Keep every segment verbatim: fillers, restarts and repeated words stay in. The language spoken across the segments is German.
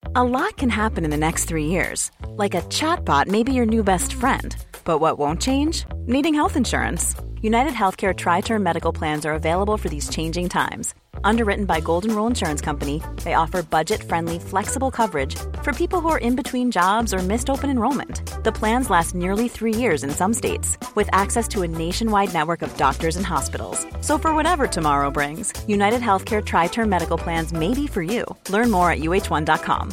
A lot can happen in the next three years. Like a chatbot may be your new best friend. But what won't change? Needing health insurance. United Healthcare Tri-Term Medical Plans are available for these changing times. Underwritten by Golden Rule Insurance Company, they offer budget-friendly, flexible coverage for people who are in between jobs or missed open enrollment. The plans last nearly three years in some states, with access to a nationwide network of doctors and hospitals. So for whatever tomorrow brings, United Healthcare Tri-Term Medical Plans may be for you. Learn more at U H one dot com.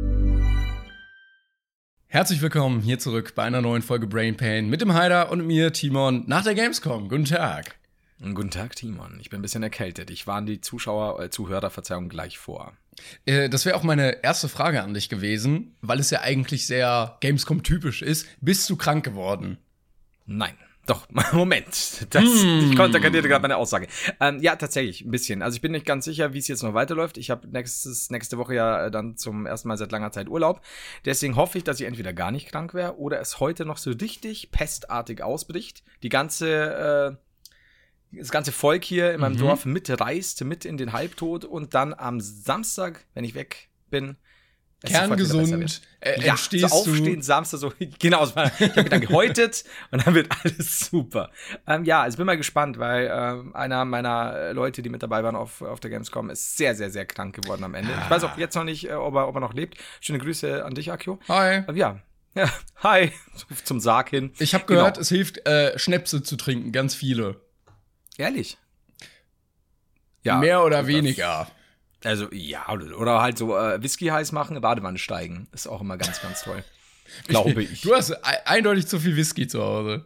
Herzlich willkommen hier zurück bei einer neuen Folge Brain Pain mit dem Haider und mir, Timon, nach der Gamescom. Guten Tag. Guten Tag, Timon. Ich bin ein bisschen erkältet. Ich warne die Zuschauer, äh, Zuhörer, Verzeihung, gleich vor. Äh, das wäre auch meine erste Frage an dich gewesen, weil es ja eigentlich sehr Gamescom-typisch ist. Bist du krank geworden? Nein. Doch, Moment. Das, mm. Ich konterkarierte gerade meine Aussage. Ähm, ja, tatsächlich, ein bisschen. Also ich bin nicht ganz sicher, wie es jetzt noch weiterläuft. Ich habe nächstes nächste Woche ja dann zum ersten Mal seit langer Zeit Urlaub. Deswegen hoffe ich, dass ich entweder gar nicht krank wäre oder es heute noch so richtig pestartig ausbricht. Die ganze, äh, das ganze Volk hier in meinem mhm. Dorf mitreist, mit in den Halbtod und dann am Samstag, wenn ich weg bin, kerngesund, äh, ja, so aufstehen, Samstag, so, genau, ich habe mir dann gehäutet und dann wird alles super. Ähm, ja, also bin mal gespannt, weil ähm, einer meiner Leute, die mit dabei waren auf, auf der Gamescom, ist sehr, sehr, sehr krank geworden am Ende. Ah. Ich weiß auch jetzt noch nicht, äh, ob, er, ob er noch lebt. Schöne Grüße an dich, Akio. Hi. Ähm, ja. ja, hi, zum Sarg hin. Ich habe gehört, genau. Es hilft, äh, Schnäpse zu trinken, ganz viele. Ehrlich? Ja. Mehr oder weniger. Also, ja, oder halt so äh, Whisky heiß machen, Badewanne steigen. Ist auch immer ganz, ganz toll. Glaube ich. Du hast e- eindeutig zu viel Whisky zu Hause.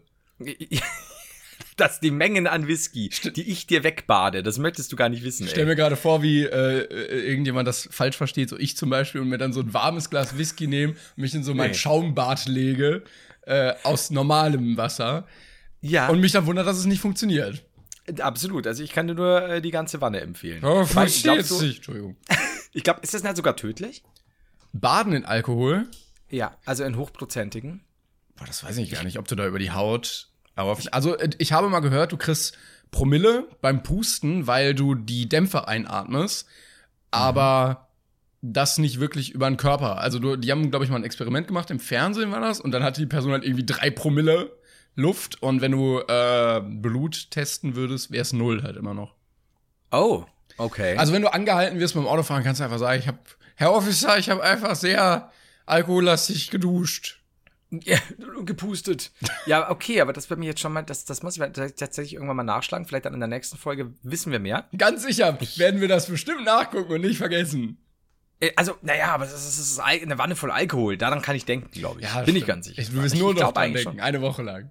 Das die Mengen an Whisky, die ich dir wegbade, das möchtest du gar nicht wissen, ey. Ich stell mir gerade vor, wie äh, irgendjemand das falsch versteht, so ich zum Beispiel, und mir dann so ein warmes Glas Whisky nehme und mich in so mein nee. Schaumbad lege, äh, aus normalem Wasser. Ja. Und mich dann wundert, dass es nicht funktioniert. Absolut, also ich kann dir nur äh, die ganze Wanne empfehlen. Oh, verstehe jetzt nicht, Entschuldigung. Ich glaube, ist das nicht sogar tödlich? Baden in Alkohol? Ja, also in hochprozentigen. Boah, das weiß ich gar nicht, ob du da über die Haut... Aber also ich habe mal gehört, du kriegst Promille beim Pusten, weil du die Dämpfe einatmest, aber mhm. das nicht wirklich über den Körper. Also du, die haben, glaube ich, mal ein Experiment gemacht, im Fernsehen war das, und dann hatte die Person halt irgendwie drei Promille Luft, und wenn du äh, Blut testen würdest, wäre es null halt immer noch. Oh, okay. Also wenn du angehalten wirst beim Autofahren, kannst du einfach sagen, ich habe, Herr Officer, ich habe einfach sehr alkohollastig geduscht. Ja, gepustet. Ja, okay, aber das wird mir jetzt schon mal, das, das muss ich tatsächlich irgendwann mal nachschlagen. Vielleicht dann in der nächsten Folge wissen wir mehr. Ganz sicher werden wir das bestimmt nachgucken und nicht vergessen. Also, naja, aber das ist, das ist eine Wanne voll Alkohol. Daran kann ich denken, glaube ich. Ja, Bin stimmt. ich ganz sicher. Ich, du wirst nur noch dran denken, schon. Eine Woche lang.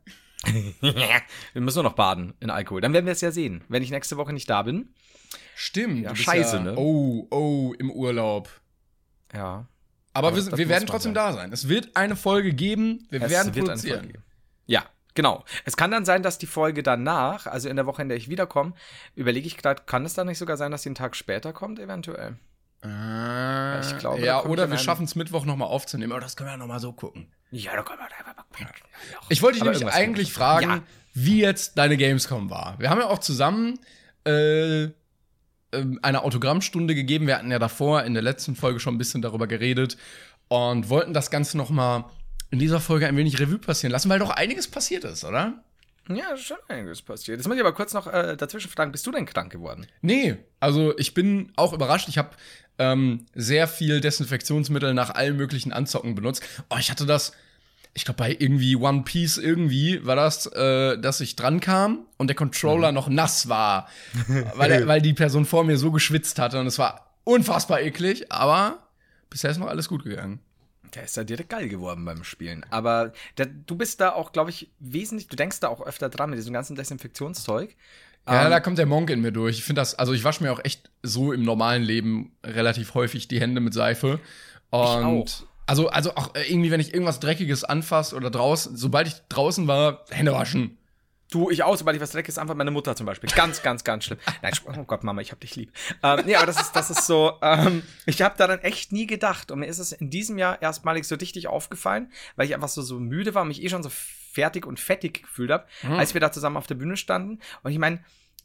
Wir müssen nur noch baden in Alkohol. Dann werden wir es ja sehen, wenn ich nächste Woche nicht da bin. Stimmt. Ja, scheiße, ja, ne? Oh, oh, im Urlaub. Ja. Aber, aber wir, wir werden trotzdem sein. da sein. Es wird eine Folge geben. Wir es werden wird produzieren. Eine Folge geben. Ja, genau. Es kann dann sein, dass die Folge danach, also in der Woche, in der ich wiederkomme, überlege ich gerade, kann es dann nicht sogar sein, dass die einen Tag später kommt, eventuell? Ah, ich glaube, ja, oder wir schaffen es Mittwoch nochmal aufzunehmen, aber das können wir ja nochmal so gucken. Ja, da können wir einfach mal gucken. Ich wollte dich nämlich eigentlich fragen, ja. wie jetzt deine Gamescom war. Wir haben ja auch zusammen äh, eine Autogrammstunde gegeben. Wir hatten ja davor in der letzten Folge schon ein bisschen darüber geredet und wollten das Ganze noch mal in dieser Folge ein wenig Revue passieren lassen, weil doch einiges passiert ist, oder? Ja, schon einiges passiert. Jetzt muss ich aber kurz noch äh, dazwischen fragen, bist du denn krank geworden? Nee, also ich bin auch überrascht. Ich habe ähm, sehr viel Desinfektionsmittel nach allen möglichen Anzocken benutzt. Oh, ich hatte das, ich glaube bei irgendwie One Piece irgendwie war das, äh, dass ich dran kam und der Controller mhm. noch nass war, weil, der, weil die Person vor mir so geschwitzt hatte, und es war unfassbar eklig, aber bisher ist noch alles gut gegangen. Der ist da direkt geil geworden beim Spielen. Aber der, du bist da auch, glaube ich, wesentlich, du denkst da auch öfter dran mit diesem ganzen Desinfektionszeug. Ja, ähm, da kommt der Monk in mir durch. Ich finde das, also ich wasche mir auch echt so im normalen Leben relativ häufig die Hände mit Seife. Und ich auch. Also, also auch irgendwie, wenn ich irgendwas Dreckiges anfasse oder draußen, sobald ich draußen war, Hände waschen. Du, ich auch, sobald ich was Dreckiges anfasse, meine Mutter zum Beispiel. Ganz, ganz, ganz schlimm. Nein, oh Gott, Mama, ich hab dich lieb. Ähm, nee, aber das ist, das ist so, ähm, ich habe daran echt nie gedacht. Und mir ist es in diesem Jahr erstmalig so richtig aufgefallen, weil ich einfach so, so müde war und mich eh schon so fertig und fettig gefühlt habe, mhm. als wir da zusammen auf der Bühne standen. Und ich meine,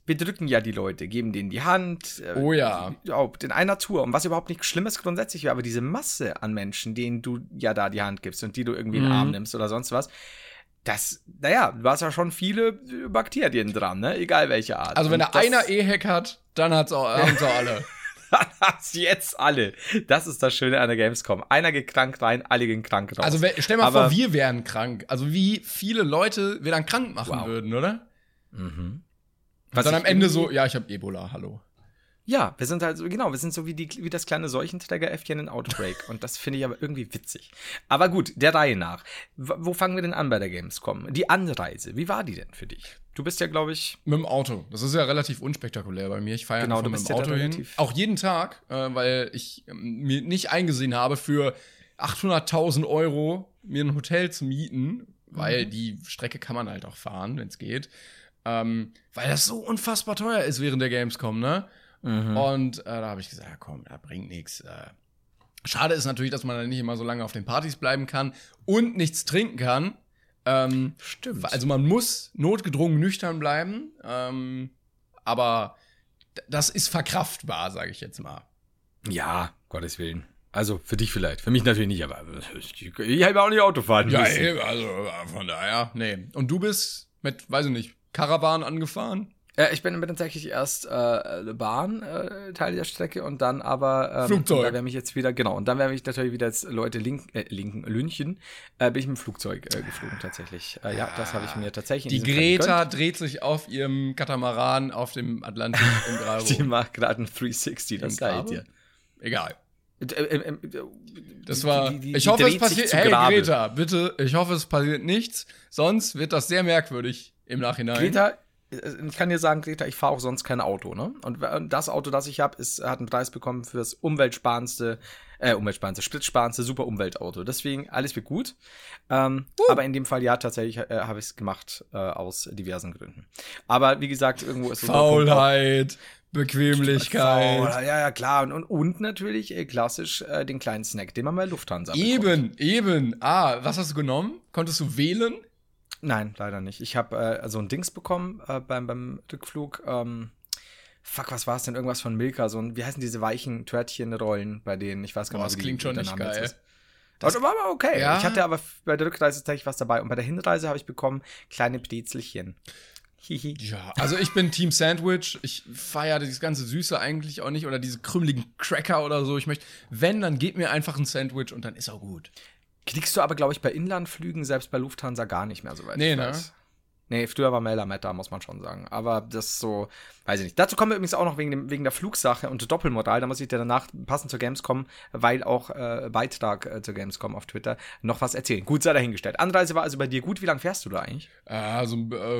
bedrücken ja die Leute, geben denen die Hand. Äh, Oh ja. Überhaupt in einer Tour. Und was überhaupt nichts Schlimmes grundsätzlich wäre, aber diese Masse an Menschen, denen du ja da die Hand gibst und die du irgendwie in den Mhm. Arm nimmst oder sonst was, das, naja, du hast ja schon viele Bakterien dran, ne? Egal welche Art. Also wenn Und da das- einer E-Hack hat, dann hat's auch, haben's auch alle. Dann haben's jetzt alle. Das ist das Schöne an der Gamescom. Einer geht krank rein, alle gehen krank raus. Also we- stell mal Aber- vor, wir wären krank. Also wie viele Leute wir dann krank machen Wow. würden, oder? Mhm. Was dann ich am Ende irgendwie- so, ja, ich habe Ebola, hallo. Ja, wir sind halt so, genau, wir sind so wie, die, wie das kleine Seuchenträger-Äffchen in Outbreak. Und das finde ich aber irgendwie witzig. Aber gut, der Reihe nach. W- wo fangen wir denn an bei der Gamescom? Die Anreise, wie war die denn für dich? Du bist ja, glaube ich, Mit dem Auto. Das ist ja relativ unspektakulär bei mir. Ich fahre Genau, einfach du mit bist dem ja da Auto hin. relativ- Auch jeden Tag, äh, weil ich ähm, mir nicht eingesehen habe, für achthunderttausend Euro mir ein Hotel zu mieten, weil Mhm. die Strecke kann man halt auch fahren, wenn es geht. Ähm, weil das so unfassbar teuer ist während der Gamescom, ne? Mhm. Und äh, da habe ich gesagt, ja, komm, da bringt nichts. Äh. Schade ist natürlich, dass man dann nicht immer so lange auf den Partys bleiben kann und nichts trinken kann. Ähm, Stimmt. also man muss notgedrungen nüchtern bleiben, ähm, aber d- das ist verkraftbar, sage ich jetzt mal. Ja, Gottes Willen. Also für dich vielleicht, für mich natürlich nicht, aber ich, ich habe auch nicht Auto fahren müssen. eben, also äh, von daher, nee. Und du bist mit, weiß ich nicht, Karawan angefahren? Äh, ich bin, bin tatsächlich erst äh, Bahn, äh, Teil der Strecke und dann aber ähm, Flugzeug. und Da wäre mich jetzt wieder, genau, und dann wäre mich natürlich wieder jetzt Leute link, äh, linken, Lünchen, äh, bin ich mit dem Flugzeug äh, geflogen tatsächlich. Äh, ja, das habe ich mir tatsächlich in Die diesem Fall Greta dreht sich auf ihrem Katamaran auf dem Atlantik im Grabo. gegönnt. Die macht gerade ein dreihundertsechzig, das Im sag ich Grabo? dir. Egal. Äh, äh, äh, Das die- war. die- die- ich die hoffe, es dreht sich passiert. zu Hey, Grabe. Greta, bitte, ich hoffe, es passiert nichts. Sonst wird das sehr merkwürdig im Nachhinein. Greta, äh, ich kann dir sagen, Greta, ich fahre auch sonst kein Auto, ne? Und das Auto, das ich habe, ist hat einen Preis bekommen fürs umweltsparendste, äh, umweltsparendste, splitsparendste, super Umweltauto. Deswegen, alles wird gut. Ähm, Uh. Aber in dem Fall, ja, tatsächlich äh, habe ich es gemacht, äh, aus diversen Gründen. Aber wie gesagt, irgendwo ist es Faulheit, Bequemlichkeit. Faul, ja, ja, klar. Und, und, und natürlich äh, klassisch äh, den kleinen Snack, den man bei Lufthansa bekommt. Eben, eben. Ah, was hast du genommen? Konntest du wählen? Nein, leider nicht. Ich habe äh, so ein Dings bekommen äh, beim, beim Rückflug. Ähm, fuck, was war es denn? Irgendwas von Milka. So ein, wie heißen diese weichen Törtchenrollen bei denen? Ich weiß gar Boah, nicht, das wie klingt schon der nicht Name jetzt geil. ist. Das war aber okay. Ja. Ich hatte aber bei der Rückreise tatsächlich was dabei. Und bei der Hinreise habe ich bekommen kleine Brezelchen. Hihi. Ja, also ich bin Team Sandwich. Ich feiere dieses ganze Süße eigentlich auch nicht oder diese krümeligen Cracker oder so. Ich möchte, wenn, dann gebt mir einfach ein Sandwich und dann ist auch gut. Kriegst du aber, glaube ich, bei Inlandflügen, selbst bei Lufthansa, gar nicht mehr so weit. Nee, ich ne? weiß. Nee, früher war Melder Meta, muss man schon sagen. Aber das ist so, weiß ich nicht. Dazu kommen wir übrigens auch noch wegen, dem, wegen der Flugsache und der Doppelmoral. Da muss ich dir danach passend zur Gamescom, weil auch äh, Beitrag äh, zur Gamescom auf Twitter, noch was erzählen. Gut, sei dahingestellt. Anreise war also bei dir gut. Wie lange fährst du da eigentlich? Also äh,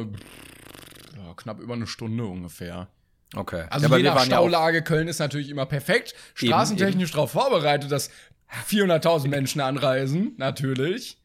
ja, knapp über eine Stunde ungefähr. Okay. Also ja, aber je wir nach waren ja auch, Staulage, Köln ist natürlich immer perfekt. Eben, Straßentechnisch darauf vorbereitet, dass vierhunderttausend Menschen anreisen, natürlich.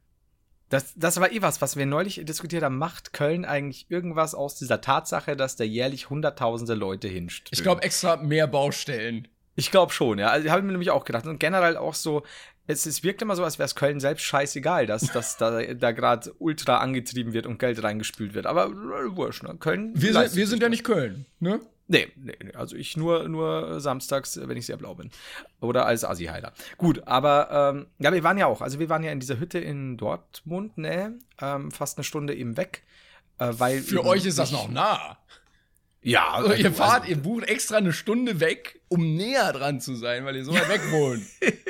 das, das war eh was, was wir neulich diskutiert haben. Macht Köln eigentlich irgendwas aus dieser Tatsache, dass da jährlich hunderttausende Leute hinströmen? Ich glaube extra mehr Baustellen. Ich glaube schon, ja. Also, habe ich mir nämlich auch gedacht. Und generell auch so, es, es wirkt immer so, als wäre es Köln selbst scheißegal, dass, dass da, da gerade ultra angetrieben wird und Geld reingespült wird. Aber äh, wurscht, ne? Köln. Wir sind, leistet wir sich sind ja das. nicht Köln, ne? Nee, nee, nee, also ich nur, nur samstags, wenn ich sehr blau bin. Oder als Assi-Heiler. Gut, aber ähm, ja, wir waren ja auch, also wir waren ja in dieser Hütte in Dortmund, ne? Ähm, fast eine Stunde eben weg. Äh, weil Für eben euch ist das ich- noch nah. Ja, Also ihr fahrt, also, ihr bucht extra eine Stunde weg, um näher dran zu sein, weil ihr so weit weg wohnt.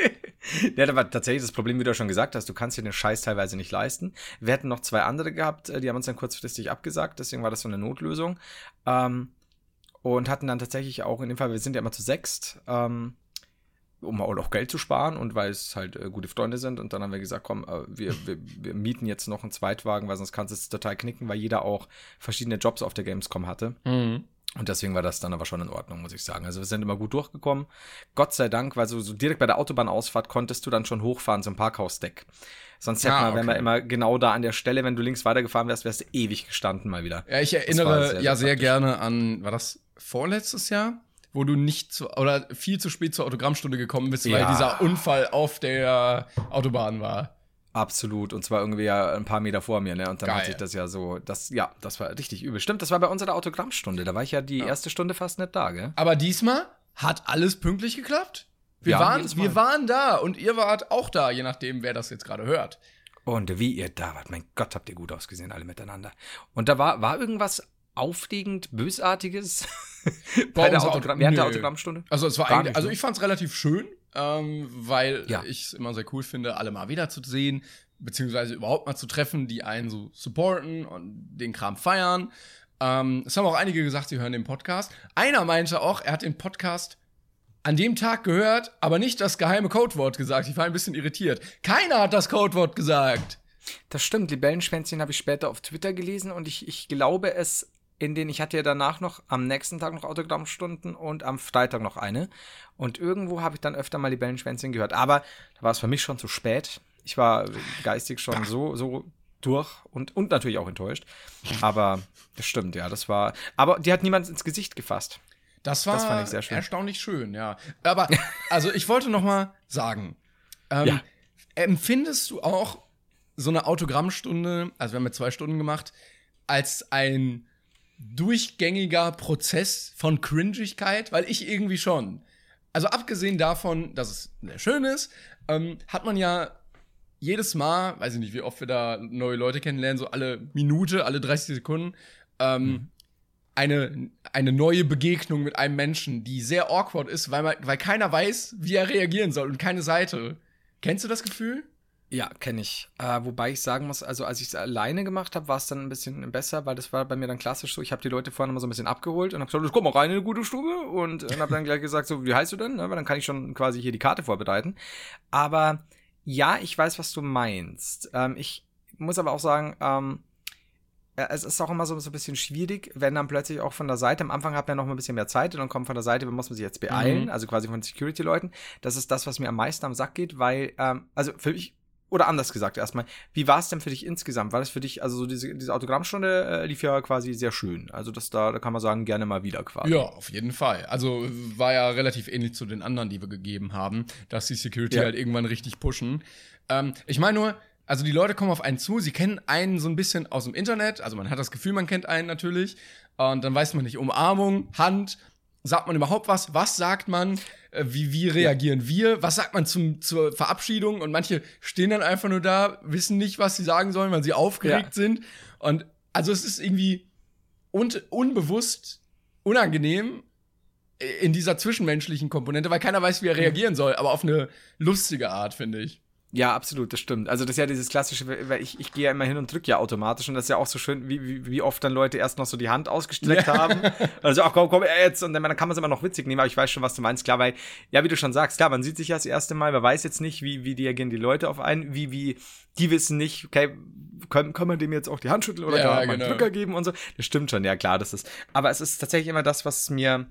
Ja, da war tatsächlich das Problem, wie du schon gesagt hast, du kannst dir den Scheiß teilweise nicht leisten. Wir hatten noch zwei andere gehabt, äh, die haben uns dann kurzfristig abgesagt, deswegen war das so eine Notlösung. Ähm, und hatten dann tatsächlich auch in dem Fall, wir sind ja immer zu sechst, ähm, um auch Geld zu sparen und weil es halt äh, gute Freunde sind. Und dann haben wir gesagt, komm, äh, wir, wir, wir mieten jetzt noch einen Zweitwagen, weil sonst kannst du es total knicken, weil jeder auch verschiedene Jobs auf der Gamescom hatte. Mhm. Und deswegen war das dann aber schon in Ordnung, muss ich sagen. Also wir sind immer gut durchgekommen. Gott sei Dank, weil so, so direkt bei der Autobahnausfahrt konntest du dann schon hochfahren zum Parkhausdeck. Sonst hätten Ah, wir, wären wir okay. immer genau da an der Stelle, wenn du links weitergefahren wärst, wärst du ewig gestanden mal wieder. Ja, ich war erinnere sehr, ja sehr sehr praktisch. gerne an, war das vorletztes Jahr? Wo du nicht zu, oder viel zu spät zur Autogrammstunde gekommen bist, weil Ja. dieser Unfall auf der Autobahn war. Absolut. Und zwar irgendwie ja ein paar Meter vor mir, ne? Und dann Geil. hat sich das ja so, das, ja, das war richtig übel. Stimmt, das war bei unserer Autogrammstunde. Da war ich ja die ja. erste Stunde fast nicht da, gell? Aber diesmal hat alles pünktlich geklappt. Wir, ja, waren, wir waren da und ihr wart auch da, je nachdem, wer das jetzt gerade hört. Und wie ihr da wart, mein Gott, habt ihr gut ausgesehen, alle miteinander. Und da war, war irgendwas aufregend, Bösartiges bei, bei der Autogramm, während der Autogrammstunde? Also es war Gar eigentlich, nicht, also ne? ich fand's relativ schön, ähm, weil Ja. ich es immer sehr cool finde, alle mal wiederzusehen, beziehungsweise überhaupt mal zu treffen, die einen so supporten und den Kram feiern. Ähm, es haben auch einige gesagt, sie hören den Podcast. Einer meinte auch, er hat den Podcast an dem Tag gehört, aber nicht das geheime Codewort gesagt. Ich war ein bisschen irritiert. Keiner hat das Codewort gesagt. Das stimmt, Libellenschwänzchen habe ich später auf Twitter gelesen und ich, ich glaube es, in denen ich hatte ja danach noch am nächsten Tag noch Autogrammstunden und am Freitag noch eine. Und irgendwo habe ich dann öfter mal Libellenschwänzchen gehört. Aber da war es für mich schon zu spät. Ich war geistig schon so, so durch und, und natürlich auch enttäuscht. Aber das stimmt, ja, das war. Aber die hat niemand ins Gesicht gefasst. Das war Das fand ich sehr schön. erstaunlich schön, ja. Aber, also ich wollte noch mal sagen, ähm, Ja. empfindest du auch so eine Autogrammstunde, also wir haben ja zwei Stunden gemacht, als ein durchgängiger Prozess von Cringigkeit? Weil ich irgendwie schon. Also abgesehen davon, dass es sehr schön ist, ähm, hat man ja jedes Mal, weiß ich nicht, wie oft wir da neue Leute kennenlernen, so alle Minute, alle dreißig Sekunden, ähm, mhm. eine, eine neue Begegnung mit einem Menschen, die sehr awkward ist, weil, man, weil keiner weiß, wie er reagieren soll und keine Seite. Kennst du das Gefühl? Ja, kenne ich. Äh, wobei ich sagen muss, also als ich es alleine gemacht habe, war es dann ein bisschen besser, weil das war bei mir dann klassisch so, ich habe die Leute vorne mal so ein bisschen abgeholt und habe gesagt, komm mal rein in eine gute Stube und, und habe dann gleich gesagt, so, wie heißt du denn? Weil dann kann ich schon quasi hier die Karte vorbereiten. Aber ja, ich weiß, was du meinst. Ähm, ich muss aber auch sagen, ähm, es ist auch immer so, so ein bisschen schwierig, wenn dann plötzlich auch von der Seite, am Anfang hat man noch mal ein bisschen mehr Zeit und dann kommt von der Seite, muss man sich jetzt beeilen, Mhm. also quasi von Security-Leuten. Das ist das, was mir am meisten am Sack geht, weil, ähm, also für mich, oder anders gesagt erstmal, wie war es denn für dich insgesamt? War das für dich, also so diese, diese Autogrammstunde äh, lief ja quasi sehr schön. Also das da, da kann man sagen, gerne mal wieder quasi. Ja, auf jeden Fall. Also war ja relativ ähnlich zu den anderen, die wir gegeben haben, dass die Security Ja. halt irgendwann richtig pushen. Ähm, ich meine nur, also die Leute kommen auf einen zu, sie kennen einen so ein bisschen aus dem Internet, also man hat das Gefühl, man kennt einen natürlich, und dann weiß man nicht, Umarmung, Hand, sagt man überhaupt was, was sagt man, äh, wie, wie reagieren wir, was sagt man zum, zur Verabschiedung, und manche stehen dann einfach nur da, wissen nicht, was sie sagen sollen, weil sie aufgeregt Ja. sind, und also es ist irgendwie un unbewusst unangenehm in dieser zwischenmenschlichen Komponente, weil keiner weiß, wie er reagieren soll, aber auf eine lustige Art, finde ich. Ja, absolut, das stimmt. Also das ist ja dieses klassische, weil ich, ich gehe ja immer hin und drücke ja automatisch und das ist ja auch so schön, wie, wie, wie oft dann Leute erst noch so die Hand ausgestreckt Ja. haben. Also, ach komm, komm, jetzt. Und dann, dann kann man es immer noch witzig nehmen, aber ich weiß schon, was du meinst. Klar, weil, ja, wie du schon sagst, klar, man sieht sich ja das erste Mal, man weiß jetzt nicht, wie, wie reagieren die Leute auf einen, wie, wie, die wissen nicht, okay, können, kann man dem jetzt auch die Hand schütteln oder Ja, kann man mal genau. einen Drücker geben und so. Das stimmt schon, ja klar, das ist, aber es ist tatsächlich immer das, was mir,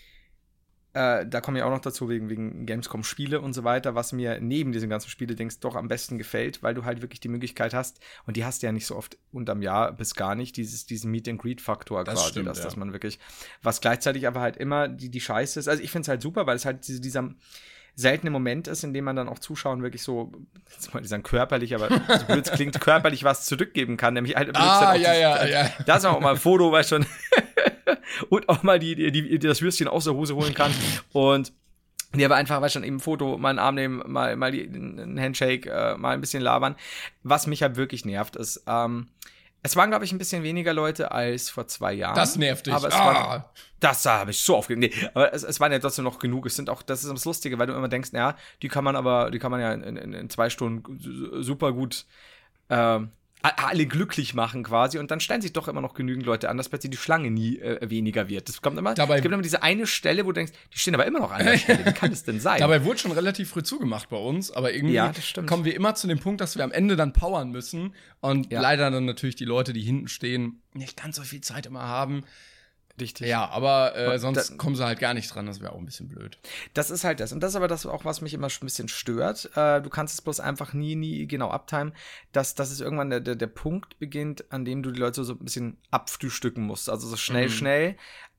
Äh, da komme ich auch noch dazu, wegen, wegen Gamescom-Spiele und so weiter, was mir neben diesen ganzen Spiele-Dings doch am besten gefällt, weil du halt wirklich die Möglichkeit hast, und die hast du ja nicht so oft unterm Jahr bis gar nicht, dieses, diesen Meet-and-Greet-Faktor Das quasi, stimmt, dass, ja. dass man wirklich, was gleichzeitig aber halt immer die, die Scheiße ist, also ich finde es halt super, weil es halt diese, dieser seltene Moment ist, in dem man dann auch Zuschauern wirklich so, jetzt mal dieser körperlich, aber so blöd es klingt, körperlich was zurückgeben kann, nämlich halt Ah, auch ja, die- ja, ja. Da ist auch mal ein Foto, weißt schon, und auch mal die, die, die, die das Würstchen aus der Hose holen kann und die aber einfach, weißt schon, eben ein Foto, mal einen Arm nehmen, mal, mal die, einen Handshake, äh, mal ein bisschen labern. Was mich halt wirklich nervt, ist, ähm, es waren, glaube ich, ein bisschen weniger Leute als vor zwei Jahren. Das nervt dich. Aber es Ah. war, das habe ich so aufgeregt. Nee, aber es, es waren ja trotzdem noch genug. Es sind auch, das ist das Lustige, weil du immer denkst, naja, die kann man aber, die kann man ja in, in, in zwei Stunden su- super gut, ähm, a- alle glücklich machen quasi, und dann stellen sich doch immer noch genügend Leute an, dass plötzlich die Schlange nie äh, weniger wird. Das kommt immer, Dabei- es gibt immer diese eine Stelle, wo du denkst, die stehen aber immer noch an der Stelle. Wie kann das denn sein? Dabei wurde schon relativ früh zugemacht bei uns, aber irgendwie Ja, das stimmt. kommen wir immer zu dem Punkt, dass wir am Ende dann powern müssen und Ja. leider dann natürlich die Leute, die hinten stehen, nicht ganz so viel Zeit immer haben. Richtig. Ja, aber äh, Und sonst da- kommen sie halt gar nicht dran, das wäre auch ein bisschen blöd. Das ist halt das. Und das ist aber das auch, was mich immer ein bisschen stört. Äh, du kannst es bloß einfach nie, nie genau abtimen, dass, dass es irgendwann der, der, der Punkt beginnt, an dem du die Leute so ein bisschen abfrühstücken musst. Also so schnell, Mhm. schnell.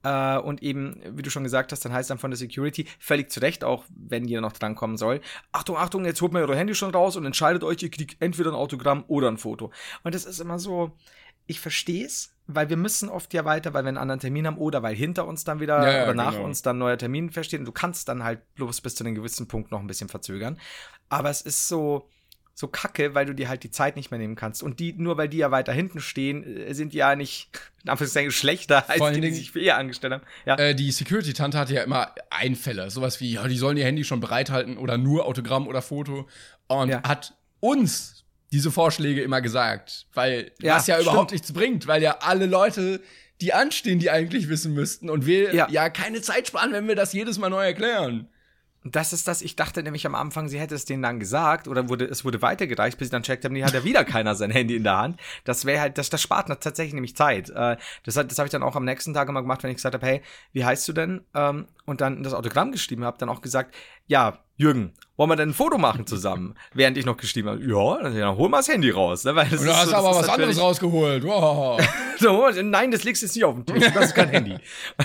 Äh, und eben, wie du schon gesagt hast, dann heißt dann von der Security, völlig zu Recht, auch wenn jeder noch drankommen soll, Achtung, Achtung, jetzt holt mal eure Handy schon raus und entscheidet euch, ihr kriegt entweder ein Autogramm oder ein Foto. Und das ist immer so, ich verstehe es, weil wir müssen oft ja weiter, weil wir einen anderen Termin haben oder weil hinter uns dann wieder ja, ja, oder nach genau. uns dann ein neuer Termin feststeht. Und du kannst dann halt bloß bis zu einem gewissen Punkt noch ein bisschen verzögern. Aber es ist so, so kacke, weil du dir halt die Zeit nicht mehr nehmen kannst. Und die, nur weil die ja weiter hinten stehen, sind die ja nicht, in Anführungszeichen, schlechter, als die, die sich für ihr angestellt haben. Ja. Äh, die Security-Tante hatte ja immer Einfälle. Sowas wie, ja, die sollen ihr Handy schon bereithalten oder nur Autogramm oder Foto. Und Ja. hat uns diese Vorschläge immer gesagt. Weil Ja, das ja stimmt. überhaupt nichts bringt. Weil ja alle Leute, die anstehen, die eigentlich wissen müssten. Und wir ja, Ja. keine Zeit sparen, wenn wir das jedes Mal neu erklären. Das ist das, ich dachte nämlich am Anfang, sie hätte es denen dann gesagt oder wurde, es wurde weitergereicht, bis sie dann checkt haben, die hat ja wieder keiner sein Handy in der Hand. Das wäre halt, das, das spart tatsächlich nämlich Zeit. Äh, das hat, das habe ich dann auch am nächsten Tag immer gemacht, wenn ich gesagt habe, hey, wie heißt du denn? Ähm, und dann das Autogramm geschrieben habe, dann auch gesagt, ja, Jürgen, wollen wir denn ein Foto machen zusammen? Während ich noch geschrieben habe, ja, dann, ja, hol mal das Handy raus. Ne? Weil das Und du ist hast so, aber das was ist anderes natürlich- rausgeholt. Wow. So, nein, das legst du jetzt nicht auf den Tisch, das ist kein Handy.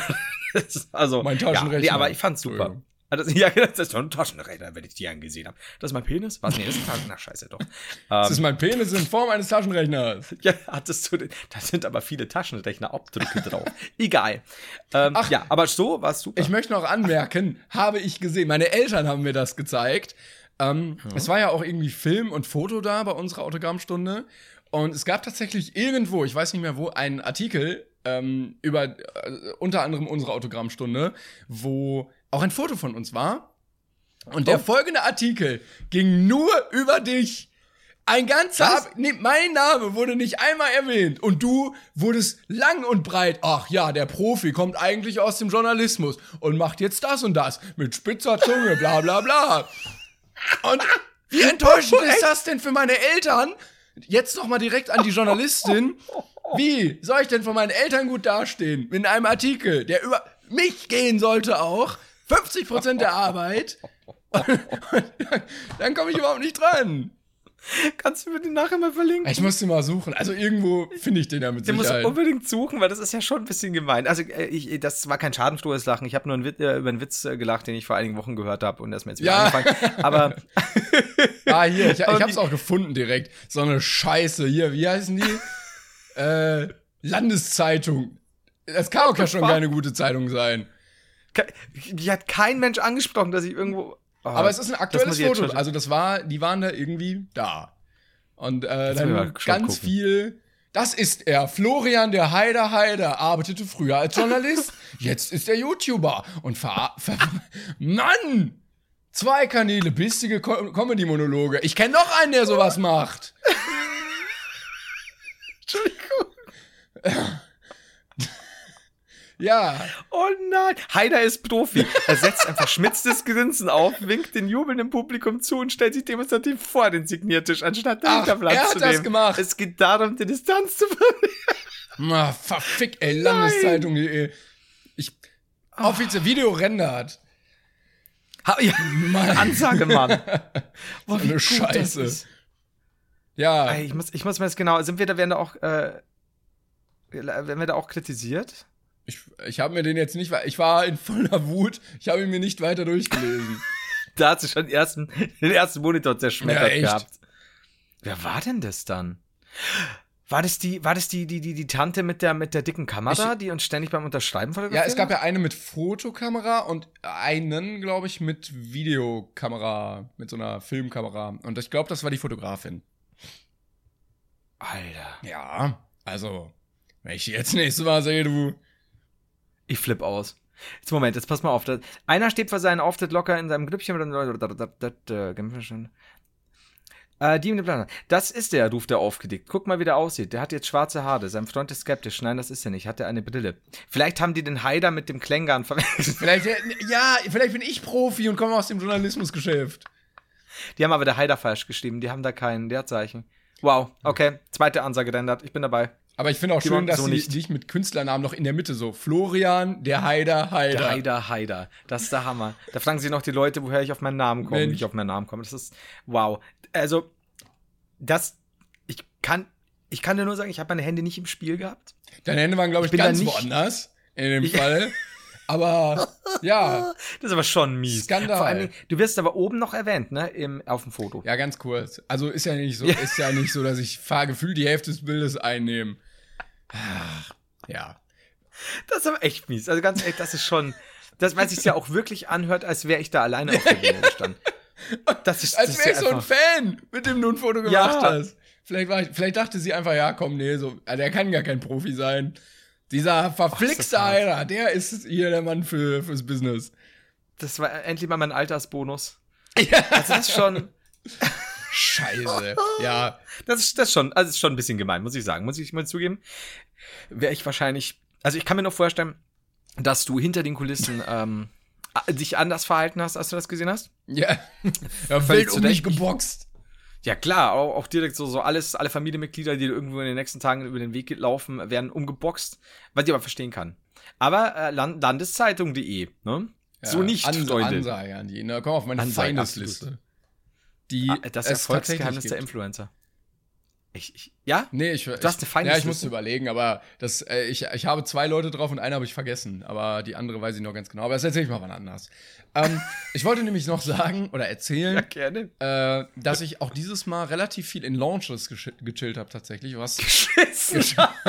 Das ist also, Mein Taschenrechner. Ja, nee, aber ich fand's super. Entschuldigung. Also, ja, das ist doch ein Taschenrechner, wenn ich die angesehen habe. Das ist mein Penis? Was? Nee, das ist ein Taschenrechner. Scheiße, doch. Das Ähm, ist mein Penis in Form eines Taschenrechners. ja, hattest du, den- da sind aber viele Taschenrechner-Abdrücke drauf. Egal. Ähm, Ach. ja, aber so war es super. Ich möchte noch anmerken, habe ich gesehen, meine Eltern haben mir das gezeigt. Ähm, Es war ja auch irgendwie Film und Foto da bei unserer Autogrammstunde. Und es gab tatsächlich irgendwo, ich weiß nicht mehr wo, einen Artikel ähm, über äh, unter anderem unsere Autogrammstunde, wo auch ein Foto von uns war. Und der Oh. folgende Artikel ging nur über dich. Ein ganzer, Was? Ab nee, mein Name wurde nicht einmal erwähnt. Und du wurdest lang und breit, ach ja, der Profi kommt eigentlich aus dem Journalismus und macht jetzt das und das mit spitzer Zunge, bla bla bla. Und wie enttäuschend ist das denn für meine Eltern? Jetzt noch mal direkt an die Journalistin. Wie soll ich denn von meinen Eltern gut dastehen? In einem Artikel, der über mich gehen sollte auch. fünfzig Prozent der Arbeit. Und dann, dann komme ich überhaupt nicht dran. Kannst du mir den nachher mal verlinken? Ich muss den mal suchen. Also irgendwo finde ich den ja mit Den musst du Sicherheit. unbedingt suchen, weil das ist ja schon ein bisschen gemein. Also, äh, ich, das war kein schadenfrohes Lachen. Ich habe nur einen Witz, äh, über einen Witz äh, gelacht, den ich vor einigen Wochen gehört habe und der ist mir jetzt wieder Ja. eingefallen. Aber Ah, hier, ich, ich Aber hab's wie- auch gefunden direkt. So eine Scheiße. Hier, wie heißen die? äh, Landeszeitung. Das kann auch ja schon fuck? keine gute Zeitung sein. ke- die hat kein Mensch angesprochen, dass ich irgendwo. Oh, Aber es ist ein das aktuelles muss ich jetzt Foto. schon- Also das war, die waren da irgendwie da. Und äh, Jetzt will ich mal dann schon ganz gucken. viel. Das ist er, Florian der Heider Heider, arbeitete früher als Journalist, jetzt ist er YouTuber und ver... ver Mann! Zwei Kanäle, bissige Co Comedy-Monologe. Ich kenne noch einen, der sowas macht. Entschuldigung. Ja, Oh nein. Heider ist Profi. Er setzt ein verschmitztes Grinsen auf, winkt den jubelnden Publikum zu und stellt sich demonstrativ vor den Signiertisch, anstatt Ach, dahinter Platz er hat zu das nehmen. gemacht. Es geht darum, die Distanz zu verlieren. ah, verfick, ey, Landeszeitung. Ey. Ich... Offiziell Video rendert. Ha, ja, Ansage, Mann. Boah, eine gut Scheiße. das ist. Ja, Ey, ich muss, ich muss mir das genau. Sind wir da, werden da auch, äh, werden wir da auch kritisiert? ich, ich habe mir den jetzt nicht... Ich war in voller Wut. Ich habe ihn mir nicht weiter durchgelesen. Da hat sie schon den ersten, den ersten Monitor zerschmettert Ja, echt? gehabt. Wer war denn das dann? War das die, war das die, die, die, die Tante mit der, mit der dicken Kamera, Ich- die uns ständig beim Unterschreiben Ja, fotografiert es gab hat? ja eine mit Fotokamera und einen, glaube ich, mit Videokamera, mit so einer Filmkamera. Und ich glaube, das war die Fotografin. Alter. Ja, also, wenn ich die jetzt nächstes Mal sehe, du. Ich flipp aus. Jetzt Moment, jetzt pass mal auf. Das, einer steht vor seinem Auftritt locker in seinem Grüppchen mit einem äh, die mit dem Plan. Das ist der, ruft er aufgedickt. Guck mal, wie der aussieht. Der hat jetzt schwarze Haare. Sein Freund ist skeptisch. Nein, das ist er nicht. Hat er eine Brille. Vielleicht haben die den Heider mit dem Klängern verwechselt. Vielleicht, ja, vielleicht bin ich Profi und komme aus dem Journalismusgeschäft. Die haben aber der Heider falsch geschrieben. Die haben da kein Leerzeichen. Wow, okay. Zweite Ansage geändert. Ich bin dabei. Aber ich finde auch Die schön, machen dass so sie nicht. dich mit Künstlernamen noch in der Mitte so. Florian, der Heider, Heider. Der Heider, Heider. Das ist der Hammer. Da fragen sich noch die Leute, woher ich auf meinen Namen komme, Mensch. wie ich auf meinen Namen komme. Das ist, wow. Also, das, ich kann, ich kann dir nur sagen, ich habe meine Hände nicht im Spiel gehabt. Deine Hände waren, glaube ich, Ich bin da ganz nicht- woanders. in dem Fall. Aber, ja. Das ist aber schon mies. Skandal. Vor allem, du wirst aber oben noch erwähnt, ne, im, auf dem Foto. Ja, ganz kurz. Also ist ja nicht so, ist ja nicht so, dass ich gefühlt die Hälfte des Bildes einnehme. Ach, ja. Das ist aber echt mies. Also ganz ehrlich, das ist schon, das, weil es sich ja auch wirklich anhört, als wäre ich da alleine auf der Bühne gestanden. Das ist, als das wäre ist ich so ein Fan, mit dem du ein Foto gemacht Ja. hast. Vielleicht, war ich, vielleicht dachte sie einfach, ja, komm, nee, so, der kann gar kein Profi sein. Dieser verflixte Ach, Einer, der ist hier der Mann für, fürs Business. Das war endlich mal mein Altersbonus. Ja. Also das ist schon, Scheiße. Ja. das ist, das ist schon, also das ist schon ein bisschen gemein, muss ich sagen. Muss ich mal zugeben. Wäre ich wahrscheinlich, also ich kann mir noch vorstellen, dass du hinter den Kulissen ähm, dich anders verhalten hast, als du das gesehen hast. Ja. Ja, Völlig wild um zu mich Recht. geboxt. Ja klar, auch, auch direkt so, so alles, alle Familienmitglieder, die irgendwo in den nächsten Tagen über den Weg laufen, werden umgeboxt, was ich aber verstehen kann. Aber äh, Land Landeszeitung punkt de, ne? Ja, so nicht, Ans Freunde. Ansage an die. Na, komm auf meine Ansage, Feindesliste. Die Ah, das es Erfolgsgeheimnis tatsächlich der gibt. Influencer. Ich, ich, ja? Nee, ich, Du ich, hast eine Feindesliste? ja, ich musste überlegen, aber das, äh, ich, ich habe zwei Leute drauf und eine habe ich vergessen, aber die andere weiß ich noch ganz genau. Aber das erzähle ich mal wann anders. ähm, ich wollte nämlich noch sagen oder erzählen, Ja, gerne. äh, dass ich auch dieses Mal relativ viel in Launches gesch- gechillt habe tatsächlich. Was Geschissen.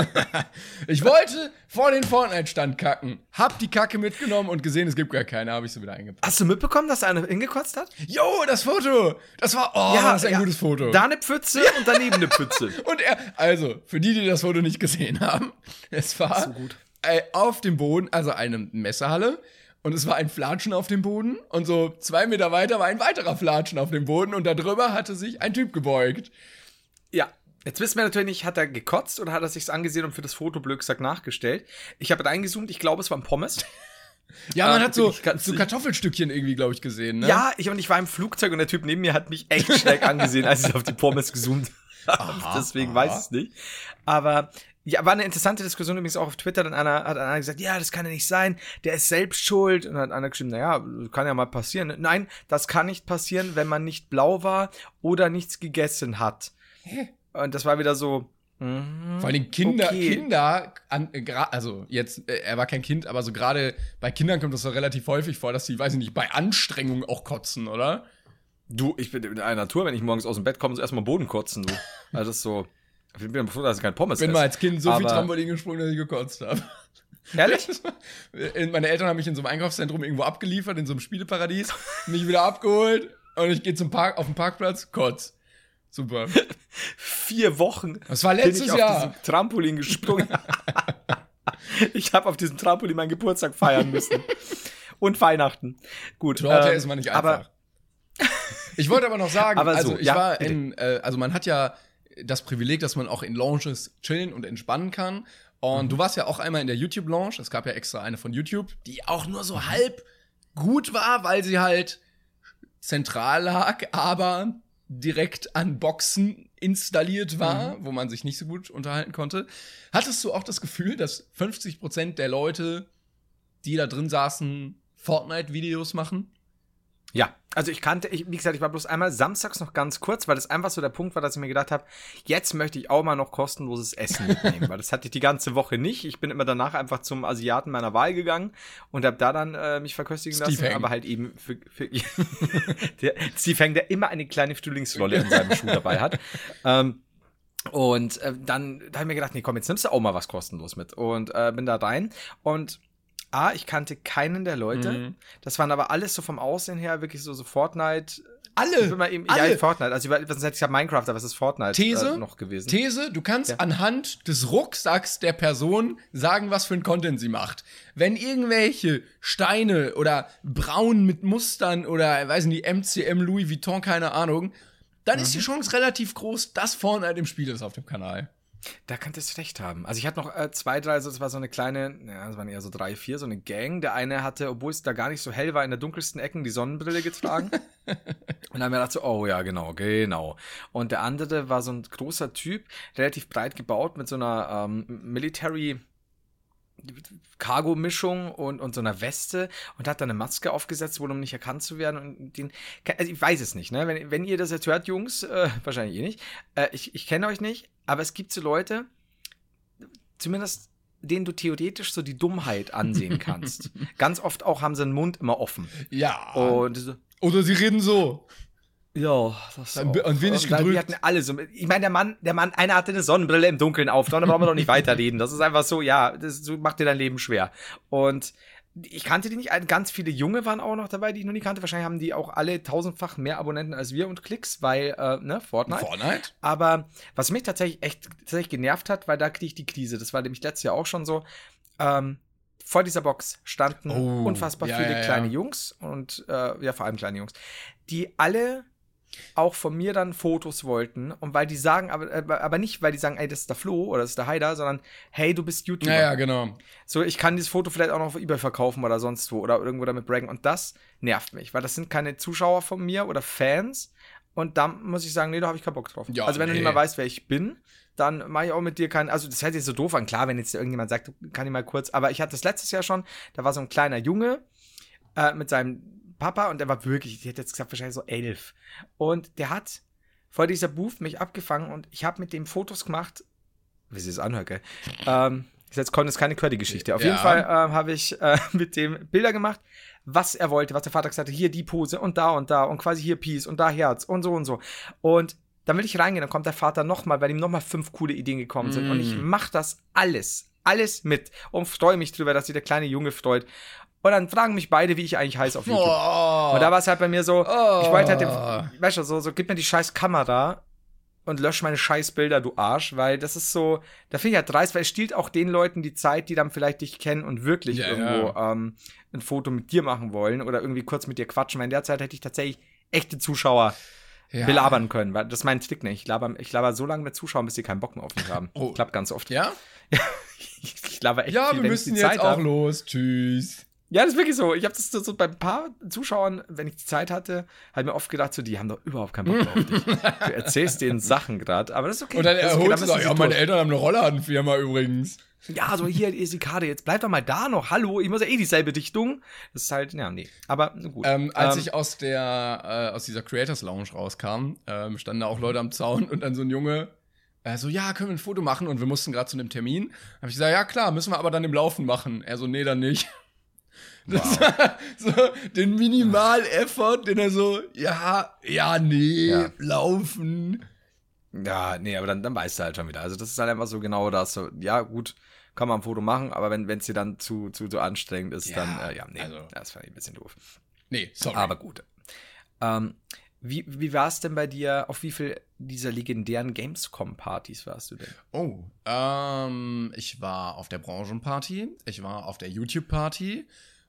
ich wollte vor den Fortnite-Stand kacken, hab die Kacke mitgenommen und gesehen, es gibt gar keine, habe ich sie wieder eingepackt. Hast du mitbekommen, dass einer hingekotzt hat? Jo, das Foto! Das war, oh, das ist ein ja. gutes Foto. Da eine Pfütze und daneben eine Pfütze. Und er, also, für die, die das Foto nicht gesehen haben, es war So gut. Äh, auf dem Boden, also eine Messerhalle, und es war ein Flatschen auf dem Boden, und so zwei Meter weiter war ein weiterer Flatschen auf dem Boden, und darüber hatte sich ein Typ gebeugt. Ja. Jetzt wissen wir natürlich nicht, hat er gekotzt oder hat er sich's angesehen und für das Foto blödsack nachgestellt. Ich habe reingezoomt, ich glaube, es waren Pommes. Ja, man Ah, hat so, bin ich ganz so sicher. Kartoffelstückchen irgendwie, glaube ich, gesehen, ne? Ja, ich und ich war im Flugzeug und der Typ neben mir hat mich echt schräg angesehen, als ich auf die Pommes gezoomt habe. Deswegen aha. weiß ich es nicht. Aber ja, war eine interessante Diskussion übrigens auch auf Twitter. Dann einer, hat einer gesagt, ja, das kann ja nicht sein, der ist selbst schuld. Und dann hat einer geschrieben, naja, kann ja mal passieren. Nein, das kann nicht passieren, wenn man nicht blau war oder nichts gegessen hat. Hä? Und das war wieder so, mhm, Vor allem Kinder, okay. Kinder, an, äh, gra- also jetzt, äh, er war kein Kind, aber so gerade bei Kindern kommt das so relativ häufig vor, dass die, weiß ich nicht, bei Anstrengung auch kotzen, oder? Du, ich bin in einer Natur, wenn ich morgens aus dem Bett komme, so erstmal Boden kotzen, du. Also das ist so, ich bin froh, dass ich kein Pommes Ich bin esse. mal als Kind so viel Aber- Trampolin gesprungen, dass ich gekotzt habe. Ehrlich? Meine Eltern haben mich in so einem Einkaufszentrum irgendwo abgeliefert, in so einem Spieleparadies, mich wieder abgeholt und ich gehe zum Park, auf den Parkplatz, kotz. Super. Vier Wochen. Das war bin letztes ich auf Jahr. diesem Trampolin gesprungen. Ich habe auf diesem Trampolin meinen Geburtstag feiern müssen. Und Weihnachten. Gut. Torte ähm, ist man nicht aber- einfach. Ich wollte aber noch sagen, Aber so, also ich ja, war bitte. in, äh, also man hat ja das Privileg, dass man auch in Lounges chillen und entspannen kann. Und Mhm. du warst ja auch einmal in der YouTube-Lounge. Es gab ja extra eine von YouTube, die auch nur so halb gut war, weil sie halt zentral lag, aber direkt an Boxen installiert war, Mhm. wo man sich nicht so gut unterhalten konnte. Hattest du auch das Gefühl, dass fünfzig Prozent der Leute, die da drin saßen, Fortnite-Videos machen? Ja, also ich kannte, ich, wie gesagt, ich war bloß einmal samstags noch ganz kurz, weil das einfach so der Punkt war, dass ich mir gedacht habe, jetzt möchte ich auch mal noch kostenloses Essen mitnehmen, weil das hatte ich die ganze Woche nicht. Ich bin immer danach einfach zum Asiaten meiner Wahl gegangen und habe da dann äh, mich verköstigen Steve lassen, Hang. aber halt eben für, für der Steve Hang, der immer eine kleine Frühlingsrolle in seinem Schuh dabei hat. Ähm, und äh, dann da habe ich mir gedacht, nee, komm, jetzt nimmst du auch mal was kostenlos mit und äh, bin da rein und A, ich kannte keinen der Leute. Mhm. Das waren aber alles so vom Aussehen her wirklich so, so Fortnite. Alle, Ich bin mal eben, alle. Ja, Fortnite. Also, ich war, sonst hätte ich ja Minecraft, aber es ist Fortnite These, äh, noch gewesen. These, du kannst Ja. anhand des Rucksacks der Person sagen, was für ein Content sie macht. Wenn irgendwelche Steine oder Braun mit Mustern oder, weiß nicht, M C M, Louis Vuitton, keine Ahnung, dann ist die Mhm. Chance relativ groß, dass Fortnite im Spiel ist auf dem Kanal. Da könntest du recht haben. Also ich hatte noch äh, zwei, drei, so, das war so eine kleine, ja, das waren eher so drei, vier, so eine Gang. Der eine hatte, obwohl es da gar nicht so hell war, in der dunkelsten Ecken die Sonnenbrille getragen. Und dann haben wir gedacht so, oh ja, genau, genau. Und der andere war so ein großer Typ, relativ breit gebaut mit so einer ähm, Military Cargo-Mischung und, und so einer Weste und hat dann eine Maske aufgesetzt, wohl um nicht erkannt zu werden. Und den, also ich weiß es nicht, ne? Wenn, wenn ihr das jetzt hört, Jungs, äh, wahrscheinlich eh nicht. Äh, ich ich kenne euch nicht, aber es gibt so Leute, zumindest denen du theoretisch so die Dummheit ansehen kannst. Ganz oft auch haben sie den Mund immer offen. Ja. Und so, Oder sie reden so. ja, das Ein, ein wenig und gedrückt. die hatten alle so. Ich meine, der Mann, der Mann, einer hatte eine Sonnenbrille im Dunkeln auf, da brauchen wir doch nicht weiterreden. Das ist einfach so, ja, das so macht dir dein Leben schwer. Und ich kannte die nicht, ganz viele Junge waren auch noch dabei, die ich noch nicht kannte. Wahrscheinlich haben die auch alle tausendfach mehr Abonnenten als wir und Klicks, weil, äh, ne, Fortnite. Fortnite? Aber was mich tatsächlich echt tatsächlich genervt hat, weil da kriege ich die Krise. Das war nämlich letztes Jahr auch schon so. Ähm, vor dieser Box standen Oh, unfassbar ja, viele ja, ja. kleine Jungs und äh, ja, vor allem kleine Jungs, die alle auch von mir dann Fotos wollten und weil die sagen, aber, aber nicht, weil die sagen, ey, das ist der Flo oder das ist der Haider, sondern hey, du bist YouTuber. Ja, ja, genau. So, ich kann dieses Foto vielleicht auch noch auf eBay verkaufen oder sonst wo oder irgendwo damit braggen und das nervt mich, weil das sind keine Zuschauer von mir oder Fans und da muss ich sagen, nee, da habe ich keinen Bock drauf. Ja, also wenn nee. du nicht mal weißt, wer ich bin, dann mache ich auch mit dir keinen, also das hört sich so doof an, klar, wenn jetzt irgendjemand sagt, kann ich mal kurz, aber ich hatte das letztes Jahr schon, da war so ein kleiner Junge äh, mit seinem Papa und der war wirklich, ich hätte jetzt gesagt, wahrscheinlich so elf. Und der hat vor dieser Booth mich abgefangen und ich habe mit dem Fotos gemacht, wie sie es anhört, gell? Ähm, jetzt kommt jetzt keine Curdy-Geschichte. Auf Ja. jeden Fall ähm, habe ich äh, mit dem Bilder gemacht, was er wollte, was der Vater gesagt hat, hier die Pose und da und da und quasi hier Peace und da Herz und so und so. Und dann will ich reingehen, dann kommt der Vater nochmal, weil ihm nochmal fünf coole Ideen gekommen sind. Mm. Und ich mache das alles, alles mit und freue mich drüber, dass sich der kleine Junge freut. Und dann fragen mich beide, wie ich eigentlich heiße auf YouTube. Oh. Und da war es halt bei mir so, Oh. ich wollte halt, den, weißt du, so, so, gib mir die scheiß Kamera und lösch meine scheiß Bilder, du Arsch, weil das ist so, da finde ich halt dreist, weil es stiehlt auch den Leuten die Zeit, die dann vielleicht dich kennen und wirklich Ja, irgendwo ähm, ein Foto mit dir machen wollen oder irgendwie kurz mit dir quatschen, weil in der Zeit hätte ich tatsächlich echte Zuschauer Ja. belabern können, weil das ist mein Trick nicht. Ich laber, ich laber so lange mit Zuschauern, bis sie keinen Bock mehr auf mich haben. Oh. Klappt ganz oft. Ja? ich, ich laber echt Ja, viel, wir wenn müssen ich die jetzt Zeit auch hab. los. Tschüss. Ja, das ist wirklich so. Ich habe das so, so bei ein paar Zuschauern, wenn ich die Zeit hatte, halt mir oft gedacht, so, die haben doch überhaupt keinen Bock mehr auf dich. Du erzählst denen Sachen gerade, aber das ist okay. Und dann das ist okay, erholst du müssen dich. sie Ja, meine durch. Eltern haben eine Rollladenfirma übrigens. Ja, so hier ist die Karte, jetzt bleib doch mal da noch. Hallo, ich muss ja eh dieselbe Dichtung. Das ist halt, ja, nee. Aber gut. Ähm, als Ähm, ich aus der äh, aus dieser Creators Lounge rauskam, ähm, standen da auch Leute am Zaun und dann so ein Junge äh, so, ja, können wir ein Foto machen? Und wir mussten gerade zu einem Termin. Hab ich gesagt, ja klar, müssen wir aber dann im Laufen machen. Er so, nee, dann nicht. Das war so den Minimal-Effort, den er so, ja, ja, nee, Ja. laufen. Ja, nee, aber dann, dann weißt du halt schon wieder. Also das ist halt einfach so genau das. So, ja, gut, kann man ein Foto machen, aber wenn es dir dann zu, zu, zu anstrengend ist, Ja, dann, äh, ja, nee, also- das fand ich ein bisschen doof. Nee, sorry. Aber gut. Ähm, wie wie war es denn bei dir, auf wie viel dieser legendären Gamescom-Partys warst du denn? Oh, ähm, ich war auf der Branchenparty, ich war auf der YouTube-Party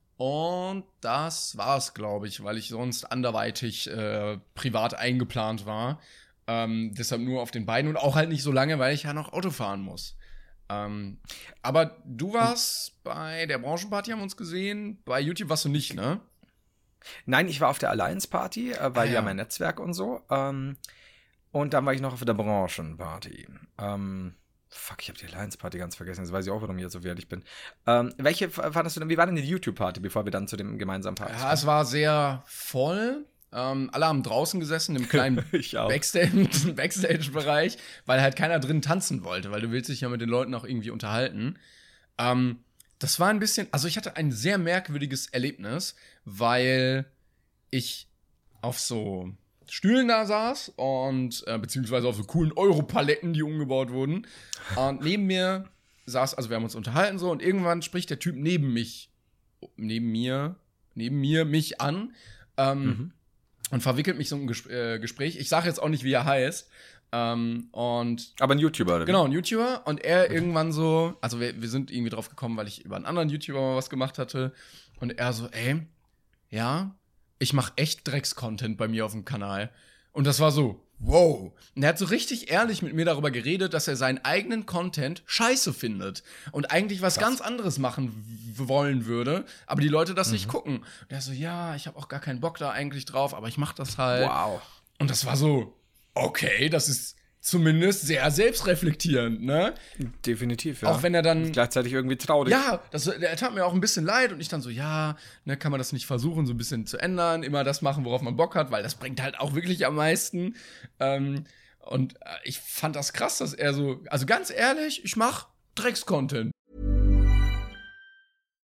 und das war's, glaube ich, weil ich sonst anderweitig äh, privat eingeplant war. Ähm, deshalb nur auf den beiden und auch halt nicht so lange, weil ich ja noch Auto fahren muss. Ähm, aber du warst bei der Branchenparty, haben wir uns gesehen. Bei YouTube warst du nicht, ne? Nein, ich war auf der Alliance-Party, äh, weil Ah, ja. ja. mein Netzwerk und so. Ähm, und dann war ich noch auf der Branchenparty. Ähm, fuck, ich habe die Alliance-Party ganz vergessen. Jetzt weiß ich auch, warum ich jetzt so fertig bin. Ähm, welche f- fandest du denn, wie war denn die YouTube-Party, bevor wir dann zu dem gemeinsamen Party Ja, es war sehr voll. Ähm, alle haben draußen gesessen, im kleinen Ich auch. Backstage, Backstage-Bereich, weil halt keiner drin tanzen wollte, weil du willst dich ja mit den Leuten auch irgendwie unterhalten. Ähm, das war ein bisschen, also ich hatte ein sehr merkwürdiges Erlebnis, weil ich auf so Stühlen da saß und äh, beziehungsweise auf so coolen Europaletten, die umgebaut wurden. Und neben mir saß, also wir haben uns unterhalten so und irgendwann spricht der Typ neben mich, neben mir, neben mir mich an. Ähm, Mhm. Und verwickelt mich so ein Ges äh, Gespräch. Ich sage jetzt auch nicht, wie er heißt. Ähm, und Aber ein YouTuber, oder? wie? genau, ein YouTuber. Und er irgendwann so, also wir, wir sind irgendwie drauf gekommen, weil ich über einen anderen YouTuber mal was gemacht hatte. Und er so, ey, ja, ich mache echt Drecks-Content bei mir auf dem Kanal. Und das war so, wow. Und er hat so richtig ehrlich mit mir darüber geredet, dass er seinen eigenen Content scheiße findet. Und eigentlich was ganz anderes machen w- wollen würde, aber die Leute das nicht gucken. Und er so, ja, ich habe auch gar keinen Bock da eigentlich drauf, aber ich mach das halt. Wow. Und das war so, okay, das ist zumindest sehr selbstreflektierend, ne? Definitiv, ja. Auch wenn er dann Gleichzeitig irgendwie traurig. ja, das, er tat mir auch ein bisschen leid und ich dann so, ja, ne, kann man das nicht versuchen, so ein bisschen zu ändern, immer das machen, worauf man Bock hat, weil das bringt halt auch wirklich am meisten. Ähm, und äh, ich fand das krass, dass er so, also ganz ehrlich, ich mach Drecks-Content.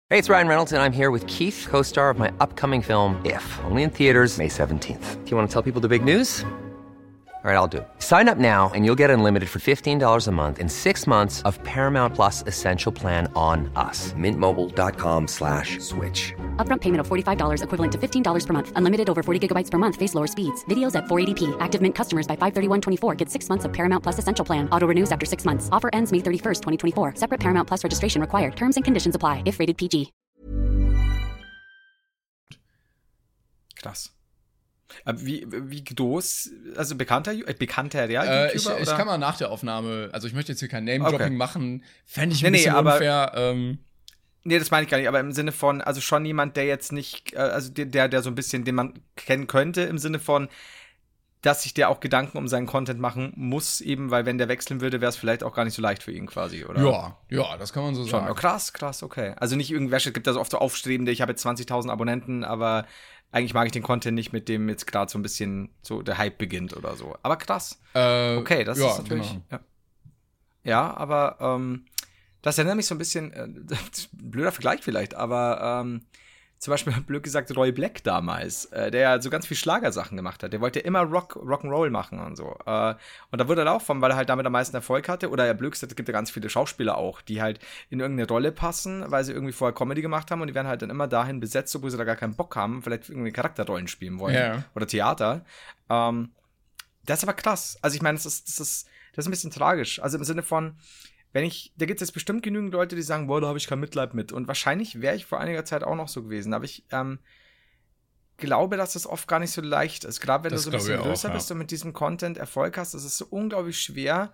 Hey, it's Ryan Reynolds, and I'm here with Keith, co-star of my upcoming film, If, only in theaters May seventeenth. Do you want to tell people the big news? All right, I'll do it. Sign up now and you'll get unlimited for fifteen dollars a month and six months of Paramount Plus Essential Plan on us. Mint Mobile dot com slash switch. Upfront payment of forty-five dollars equivalent to fifteen dollars per month. Unlimited over forty gigabytes per month. Face lower speeds. Videos at four eighty p. Active Mint customers by five thirty-one twenty-four get six months of Paramount Plus Essential Plan. Auto renews after six months. Offer ends May thirty-first, twenty twenty-four. Separate Paramount Plus registration required. Terms and conditions apply if rated P G. Krass. Wie, wie groß, also bekannter, äh, bekannter Real-YouTuber? Äh, ich, oder? ich kann mal nach der Aufnahme, also ich möchte jetzt hier kein Name-Dropping okay. machen, fände ich ein nee, bisschen nee, aber, unfair. Ähm. Nee, das meine ich gar nicht, aber im Sinne von, also schon jemand, der jetzt nicht, äh, also der, der so ein bisschen, den man kennen könnte, im Sinne von, dass sich der auch Gedanken um seinen Content machen muss, eben, weil wenn der wechseln würde, wäre es vielleicht auch gar nicht so leicht für ihn quasi, oder? Ja, ja, das kann man so schon. sagen. Oh, krass, krass, okay. Also nicht irgendwer, es gibt da so oft so Aufstrebende, ich habe jetzt zwanzigtausend Abonnenten, aber eigentlich mag ich den Content nicht, mit dem jetzt gerade so ein bisschen so der Hype beginnt oder so. Aber krass. Äh, okay, das ja, ist natürlich. Genau. Ja. ja, aber ähm, das erinnert mich so ein bisschen, äh, blöder Vergleich vielleicht, aber ähm, zum Beispiel, blöd gesagt, Roy Black damals, äh, der ja so ganz viel Schlagersachen gemacht hat. Der wollte ja immer Rock, Rock'n'Roll machen und so. Äh, und da wurde er auch von, weil er halt damit am meisten Erfolg hatte. Oder ja, blöd gesagt, es gibt ja ganz viele Schauspieler auch, die halt in irgendeine Rolle passen, weil sie irgendwie vorher Comedy gemacht haben und die werden halt dann immer dahin besetzt, obwohl sie da gar keinen Bock haben, vielleicht irgendwie Charakterrollen spielen wollen. Yeah. Oder Theater. Ähm, das ist aber krass. Also ich meine, das ist, das ist, das ist ein bisschen tragisch. Also im Sinne von, wenn ich, da gibt es jetzt bestimmt genügend Leute, die sagen, boah, da habe ich kein Mitleid mit. Und wahrscheinlich wäre ich vor einiger Zeit auch noch so gewesen. Aber ich ähm, glaube, dass das oft gar nicht so leicht ist. Gerade wenn das du so ein bisschen größer auch, ja. bist und mit diesem Content Erfolg hast, das ist so unglaublich schwer,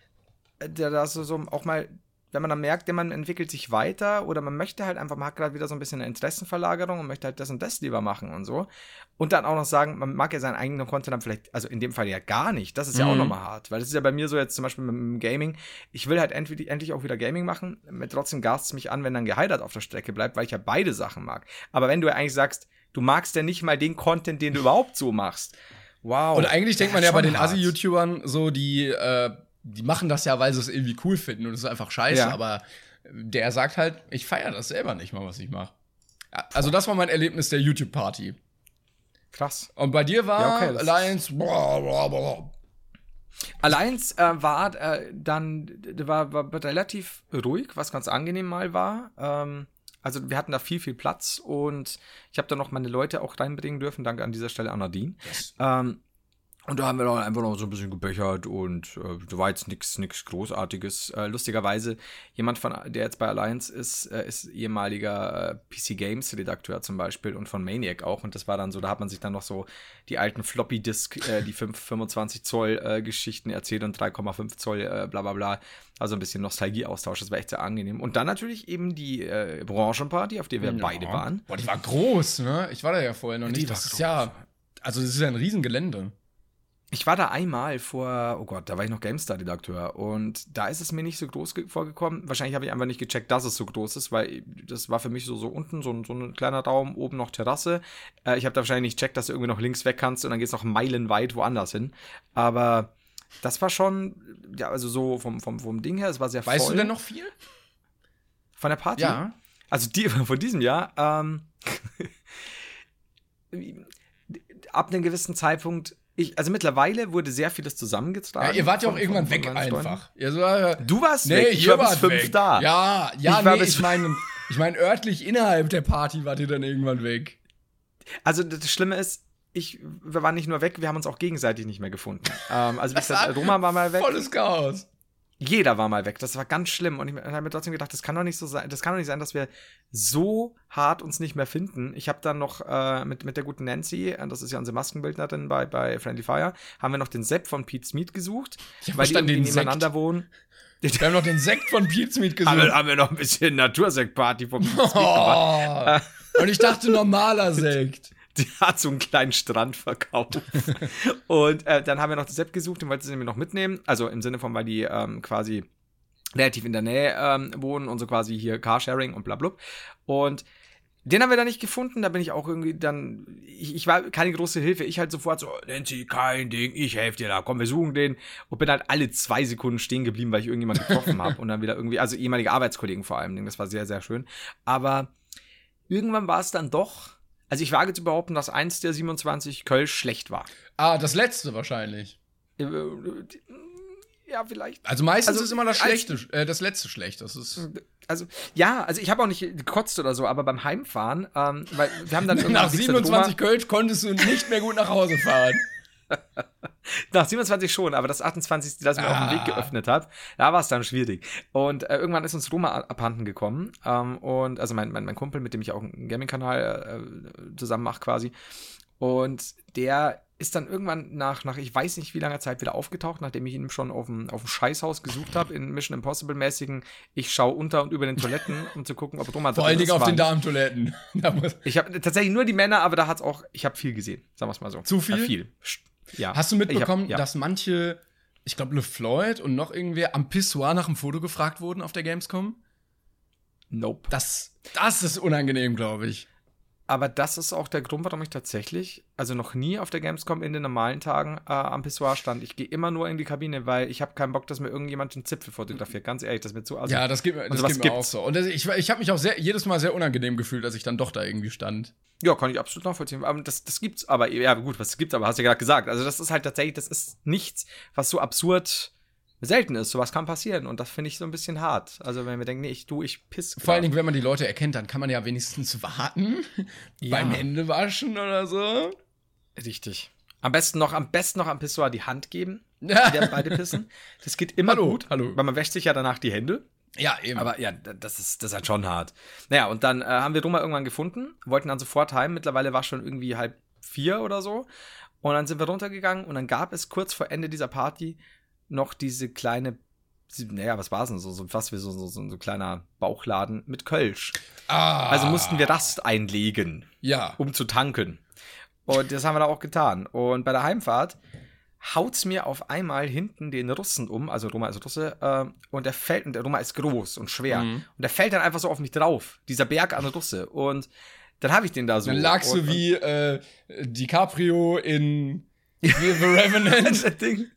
der da so, so auch mal, wenn man dann merkt, man entwickelt sich weiter oder man möchte halt einfach, man hat gerade wieder so ein bisschen eine Interessenverlagerung und möchte halt das und das lieber machen und so. Und dann auch noch sagen, man mag ja seinen eigenen Content dann vielleicht, also in dem Fall ja gar nicht. Das ist ja mhm. auch nochmal hart, weil das ist ja bei mir so jetzt zum Beispiel mit dem Gaming. Ich will halt endlich, endlich auch wieder Gaming machen, mit trotzdem gast es mich an, wenn dann Geheiratet auf der Strecke bleibt, weil ich ja beide Sachen mag. Aber wenn du ja eigentlich sagst, du magst ja nicht mal den Content, den du überhaupt so machst. Wow. Und eigentlich denkt man ja bei den Assi-YouTubern so, die, äh, die machen das ja, weil sie es irgendwie cool finden und es ist einfach scheiße, ja. aber der sagt halt, ich feiere das selber nicht mal, was ich mache. Also das war mein Erlebnis der YouTube-Party. Krass. Und bei dir war ja, okay, Alliance blah, blah, blah. Alliance äh, war äh, dann war, war relativ ruhig, was ganz angenehm mal war. Ähm, also wir hatten da viel, viel Platz und ich habe da noch meine Leute auch reinbringen dürfen. Danke an dieser Stelle an Nadine. Yes. Ähm, Und da haben wir dann einfach noch so ein bisschen gebechert und äh, da war jetzt nichts nichts Großartiges. Äh, lustigerweise, jemand, von, der jetzt bei Alliance ist, äh, ist ehemaliger äh, P C Games Redakteur zum Beispiel und von Maniac auch. Und das war dann so, da hat man sich dann noch so die alten Floppy-Disk, äh, die fünfundzwanzig Zoll äh, Geschichten erzählt und drei Komma fünf Zoll, äh, bla bla bla. Also ein bisschen Nostalgie-Austausch, das war echt sehr angenehm. Und dann natürlich eben die äh, Branchenparty, auf der wir ja. beide waren. Boah, die war groß, ne? Ich war da ja vorher noch die nicht. Das ist ja, also das ist ja ein Riesengelände. Ich war da einmal vor, oh Gott, da war ich noch GameStar-Redakteur und da ist es mir nicht so groß ge- vorgekommen. Wahrscheinlich habe ich einfach nicht gecheckt, dass es so groß ist, weil das war für mich so, so unten, so, so ein kleiner Raum, oben noch Terrasse. Äh, ich habe da wahrscheinlich nicht gecheckt, dass du irgendwie noch links weg kannst und dann geht's noch meilenweit woanders hin. Aber das war schon, ja, also so vom, vom, vom Ding her, es war sehr voll. Weißt du denn noch viel? Von der Party? Ja. Also die von diesem Jahr, ähm, ab einem gewissen Zeitpunkt. Ich, also mittlerweile wurde sehr vieles zusammengetragen. Ja, ihr wart ja auch von, irgendwann von, von weg einfach. Ihr so, äh, du warst nee, weg, ich war bis fünf weg. da. Ja, ja, ich war nee, bis ich meine, ich mein, örtlich innerhalb der Party wart ihr dann irgendwann weg. Also das Schlimme ist, ich, wir waren nicht nur weg, wir haben uns auch gegenseitig nicht mehr gefunden. ähm, also wie gesagt, Roman war mal weg. Volles Chaos. Jeder war mal weg, das war ganz schlimm und ich habe mir trotzdem gedacht, das kann doch nicht so sein, das kann doch nicht sein, dass wir so hart uns nicht mehr finden. Ich habe dann noch äh, mit, mit der guten Nancy, das ist ja unsere Maskenbildnerin bei, bei Friendly Fire, haben wir noch den Sepp von Pete's Meat gesucht, ich weil die irgendwie nebeneinander wohnen. Wir haben noch den Sekt von Pete's Meat gesucht. haben, wir, haben wir noch ein bisschen Natursekt-Party von Pete's Meat gemacht. Oh, und ich dachte normaler Sekt. Die hat so einen kleinen Strand verkauft. Und äh, dann haben wir noch das Sepp gesucht und wollten sie nämlich noch mitnehmen. Also im Sinne von, weil die ähm, quasi relativ in der Nähe ähm, wohnen und so quasi hier Carsharing und bla bla. Und den haben wir dann nicht gefunden. Da bin ich auch irgendwie dann, ich, ich war keine große Hilfe. Ich halt sofort so, Nancy, kein Ding, ich helfe dir da, komm, wir suchen den. Und bin halt alle zwei Sekunden stehen geblieben, weil ich irgendjemanden getroffen habe. Und dann wieder irgendwie, also ehemalige Arbeitskollegen vor allem, das war sehr, sehr schön. Aber irgendwann war es dann doch, also ich wage zu behaupten, dass eins der siebenundzwanzig Kölsch schlecht war. Ah, das letzte wahrscheinlich. Ja, vielleicht. Also meistens Also, ist immer das als- schlechte, äh, das letzte schlecht. Das ist Also, ja, also ich habe auch nicht gekotzt oder so, aber beim Heimfahren, ähm, weil wir haben dann irgendwann nach wie gesagt, siebenundzwanzig Kölsch konntest du nicht mehr gut nach Hause fahren. Nach siebenundzwanzig schon, aber das achtundzwanzigste, das mir Ah. auf den Weg geöffnet hat, da war es dann schwierig. Und äh, irgendwann ist uns Roma abhanden gekommen. Ähm, und also mein, mein, mein Kumpel, mit dem ich auch einen Gaming-Kanal äh, zusammen mache quasi. Und der ist dann irgendwann nach, nach ich weiß nicht wie langer Zeit wieder aufgetaucht, nachdem ich ihn schon auf dem, auf dem Scheißhaus gesucht habe, in Mission Impossible-mäßigen, ich schaue unter und über den Toiletten, um zu gucken, ob Roma Vor drin allen Dingen ist. auf War den nicht. Darmtoiletten. Da muss- Ich habe tatsächlich nur die Männer, aber da hat's auch, ich habe viel gesehen, sagen wir es mal so. Zu viel? Ja, viel. Ja. Hast du mitbekommen, Ich hab- ja. dass manche, ich glaube LeFloid und noch irgendwer am Pissoir nach einem Foto gefragt wurden auf der Gamescom? Nope. Das, das ist unangenehm, glaube ich. Aber das ist auch der Grund, warum ich tatsächlich, also noch nie auf der Gamescom in den normalen Tagen äh, am Pissoir stand. Ich gehe immer nur in die Kabine, weil ich habe keinen Bock, dass mir irgendjemand den Zipfel fotografiert. Ganz ehrlich, das ist mir zu assi. Ja, das geht mir, das sowas geht mir auch gibt's. so. Und das, ich, ich habe mich auch sehr, jedes Mal sehr unangenehm gefühlt, als ich dann doch da irgendwie stand. Ja, kann ich absolut nachvollziehen. Aber das, das gibt's aber, ja gut, was gibt's aber, hast du ja gerade gesagt. Also das ist halt tatsächlich, das ist nichts, was so absurd selten ist. Sowas kann passieren und das finde ich so ein bisschen hart. Also wenn wir denken, nee, ich, du, ich piss Vor allen grad. Dingen, wenn man die Leute erkennt, dann kann man ja wenigstens warten. Ja. Beim Händewaschen oder so. Richtig. Am besten noch, am besten noch am Pissoir die Hand geben, Ja. der beide pissen. Das geht immer Hallo, gut, hallo. weil man wäscht sich ja danach die Hände. Ja, eben. Aber ja, das ist, das ist halt schon hart. Naja, und dann äh, haben wir Roma irgendwann gefunden, wollten dann sofort heim. Mittlerweile war es schon irgendwie halb vier oder so. Und dann sind wir runtergegangen und dann gab es kurz vor Ende dieser Party noch diese kleine, naja, was war es denn so, so fast wie so, so, so ein so kleiner Bauchladen mit Kölsch. ah, Also mussten wir das einlegen, Ja. um zu tanken. Und das haben wir da auch getan. Und bei der Heimfahrt haut's mir auf einmal hinten den Russen um, also Roma ist Russe, äh, und der fällt, und der Roma ist groß und schwer. Mhm. Und der fällt dann einfach so auf mich drauf, dieser Berg an Russe. Und dann habe ich den da so. Dann lagst und, du wie äh, DiCaprio in The Revenant. Das Ding.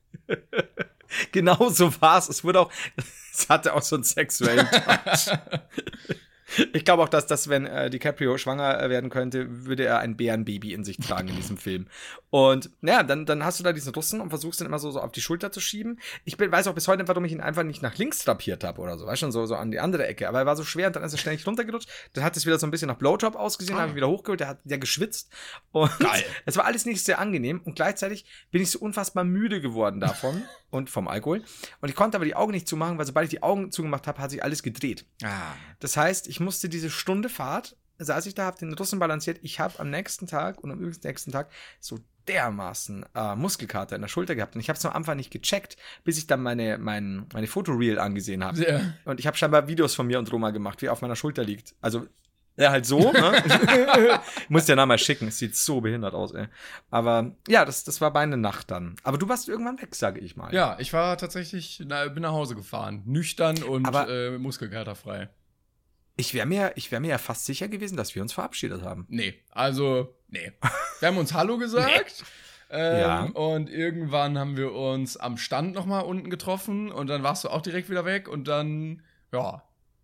Genau so war's. Es wurde auch, es hatte auch so einen sexuellen Touch. Ich glaube auch, dass das, wenn äh, DiCaprio schwanger äh, werden könnte, würde er ein Bärenbaby in sich tragen in diesem Film. Und ja, dann, dann hast du da diesen Russen und versuchst ihn immer so, so auf die Schulter zu schieben. Ich bin, weiß auch bis heute nicht, warum ich ihn einfach nicht nach links drapiert habe oder so. Weißt schon, so, so an die andere Ecke. Aber er war so schwer und dann ist er ständig runtergerutscht. Dann hat es wieder so ein bisschen nach Blowjob ausgesehen, Ah. habe ich wieder hochgeholt, der hat der geschwitzt. Und Geil. es war alles nicht sehr angenehm und gleichzeitig bin ich so unfassbar müde geworden davon und vom Alkohol. Und ich konnte aber die Augen nicht zumachen, weil sobald ich die Augen zugemacht habe, hat sich alles gedreht. Ah. Das heißt, ich musste diese Stunde Fahrt, saß ich da, habe den Russen balanciert. Ich habe am nächsten Tag und am nächsten Tag so dermaßen äh, Muskelkater in der Schulter gehabt. Und ich habe es am Anfang nicht gecheckt, bis ich dann meine, mein, meine Fotoreel angesehen habe. Ja. Und ich habe scheinbar Videos von mir und Roma gemacht, wie er auf meiner Schulter liegt. Also, ja, halt so, ne? Ich muss dir nachher mal schicken, es sieht so behindert aus, ey. Aber ja, das, das war meine Nacht dann. Aber du warst irgendwann weg, sage ich mal. Ja, ich war tatsächlich, na, bin nach Hause gefahren. Nüchtern und Aber- äh, muskelkaterfrei. Ich wäre mir, ich wär mir ja fast sicher gewesen, dass wir uns verabschiedet haben. Nee, also, nee. Wir haben uns Hallo gesagt. Ähm, Ja. Und irgendwann haben wir uns am Stand nochmal unten getroffen und dann warst du auch direkt wieder weg und dann, ja.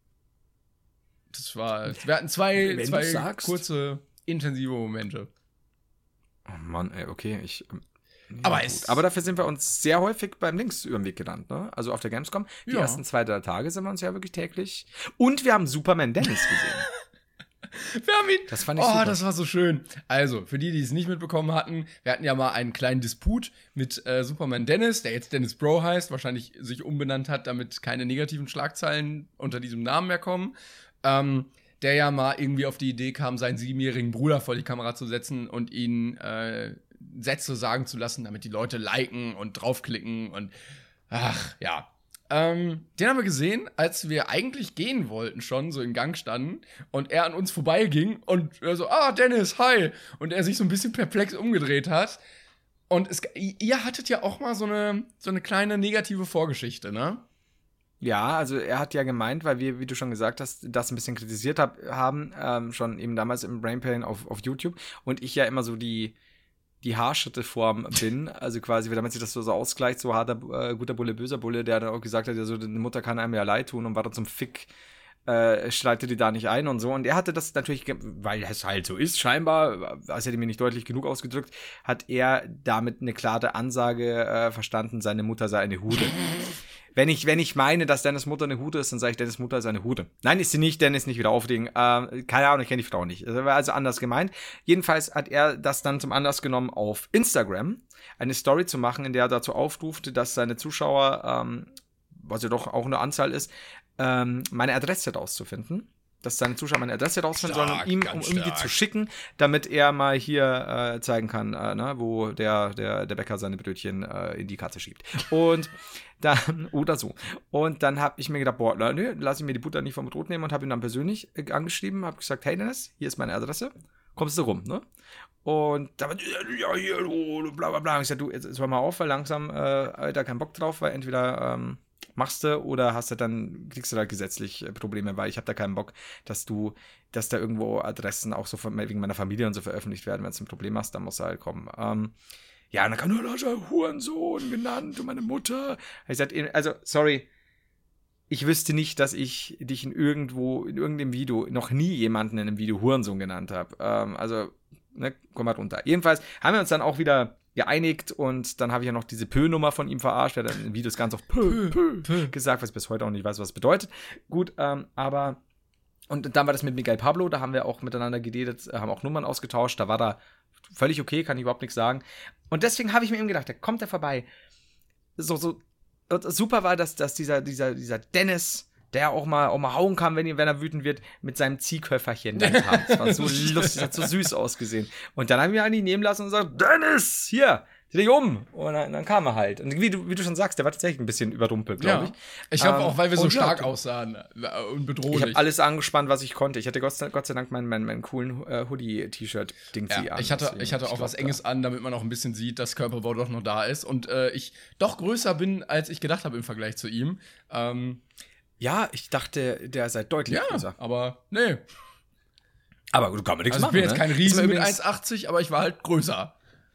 Das war, wir hatten zwei, Wenn du zwei sagst. kurze, intensive Momente. Oh Mann, ey, okay, ich. ähm, ja, Aber gut. es- Aber dafür sind wir uns sehr häufig beim Links über den Weg gerannt, ne? Also auf der Gamescom. Die Ja. ersten zwei, drei Tage sind wir uns ja wirklich täglich. Und wir haben Superman Dennis gesehen. Wir haben ihn. Das fand ich oh, super. das war so schön. Also, für die, die es nicht mitbekommen hatten, wir hatten ja mal einen kleinen Disput mit äh, Superman Dennis, der jetzt Dennis Bro heißt, wahrscheinlich sich umbenannt hat, damit keine negativen Schlagzeilen unter diesem Namen mehr kommen. Ähm, der ja mal irgendwie auf die Idee kam, seinen siebenjährigen Bruder vor die Kamera zu setzen und ihn äh, Sätze sagen zu lassen, damit die Leute liken und draufklicken und ach, ja. Ähm, den haben wir gesehen, als wir eigentlich gehen wollten schon, so im Gang standen und er an uns vorbeiging und er so, ah, Dennis, hi. Und er sich so ein bisschen perplex umgedreht hat. Und es, ihr hattet ja auch mal so eine, so eine kleine negative Vorgeschichte, ne? Ja, also er hat ja gemeint, weil wir, wie du schon gesagt hast, das ein bisschen kritisiert hab, haben, ähm, schon eben damals im Brain Pain auf, auf YouTube und ich ja immer so die, die Haarschritte-Form bin, also quasi, damit sich das so, so ausgleicht, so harter, äh, guter Bulle, böser Bulle, der dann auch gesagt hat, ja, so, eine Mutter kann einem ja leid tun und war dann zum Fick äh, schreitet die da nicht ein und so. Und er hatte das natürlich, weil es halt so ist, scheinbar, als hätte mir nicht deutlich genug ausgedrückt, hat er damit eine klare Ansage äh, verstanden, seine Mutter sei eine Hude. Wenn ich, wenn ich meine, dass Dennis Mutter eine Hude ist, dann sage ich, Dennis Mutter ist eine Hude. Nein, ist sie nicht, Dennis, nicht wieder aufregen. Äh, keine Ahnung, ich kenne die Frau nicht. Das war also anders gemeint. Jedenfalls hat er das dann zum Anlass genommen, auf Instagram eine Story zu machen, in der er dazu aufrufte, dass seine Zuschauer, ähm, was ja doch auch eine Anzahl ist, ähm, meine Adresse rauszufinden. Dass seine Zuschauer meine Adresse rausfinden sollen, um ihm, um ihm die zu schicken, damit er mal hier äh, zeigen kann, äh, ne, wo der, der, der Bäcker seine Brötchen äh, in die Katze schiebt. Und dann, oder so. Und dann habe ich mir gedacht, boah, nö, lass ich mir die Butter nicht vom Brot nehmen und habe ihn dann persönlich äh, angeschrieben, habe gesagt, hey Dennis, hier ist meine Adresse, kommst du rum, ne? Und da war, ja, hier, bla bla bla. Ich sag, du, jetzt, jetzt hör mal auf, weil langsam, äh, Alter, keinen Bock drauf, weil entweder, ähm, machst du oder hast du dann, kriegst du da gesetzlich Probleme, weil ich habe da keinen Bock, dass du, dass da irgendwo Adressen auch so von, wegen meiner Familie und so veröffentlicht werden. Wenn du ein Problem hast, dann musst du halt kommen. Ähm, ja, und dann kann du, da schon Hurensohn genannt und meine Mutter. Ich sag, also, sorry, ich wüsste nicht, dass ich dich in irgendwo, in irgendeinem Video, noch nie jemanden in einem Video Hurensohn genannt habe. Ähm, also, ne, komm mal runter. Jedenfalls haben wir uns dann auch wieder geeinigt und dann habe ich ja noch diese Pö-Nummer von ihm verarscht. Er hat dann in Videos ganz oft Pö, Pö, Pö gesagt, was ich bis heute auch nicht weiß, was es bedeutet. Gut, ähm, aber und dann war das mit Miguel Pablo, da haben wir auch miteinander geredet, haben auch Nummern ausgetauscht, da war da völlig okay, kann ich überhaupt nichts sagen. Und deswegen habe ich mir eben gedacht, da kommt er vorbei. So, so, super war, dass, dass dieser, dieser, dieser Dennis, der auch mal, auch mal hauen kann, wenn, wenn er wütend wird, mit seinem Ziehköfferchen dann kam. Das war so lustig, das hat so süß ausgesehen. Und dann haben wir ihn an ihn nehmen lassen und gesagt, Dennis, hier, dreh dich um. Und dann, dann kam er halt. Und wie du, wie du schon sagst, der war tatsächlich ein bisschen überrumpelt, glaube ja. ich. Ich glaube ähm, auch, weil wir so stark ja, aussahen und bedrohlich. Ich habe alles angespannt, was ich konnte. Ich hatte Gott sei, Gott sei Dank meinen, meinen, meinen coolen äh, Hoodie-T-Shirt-Ding ja, an. Ich hatte, ich hatte auch ich glaub, was Enges ja. an, damit man auch ein bisschen sieht, dass Körperbau doch noch da ist. Und äh, ich doch größer bin, als ich gedacht habe im Vergleich zu ihm. Ähm, Ja, ich dachte, der sei deutlich ja, größer. aber nee. Aber gut, kann man nichts also machen. Ich bin jetzt ne? kein Riesen mit eins achtzig, aber ich war halt größer.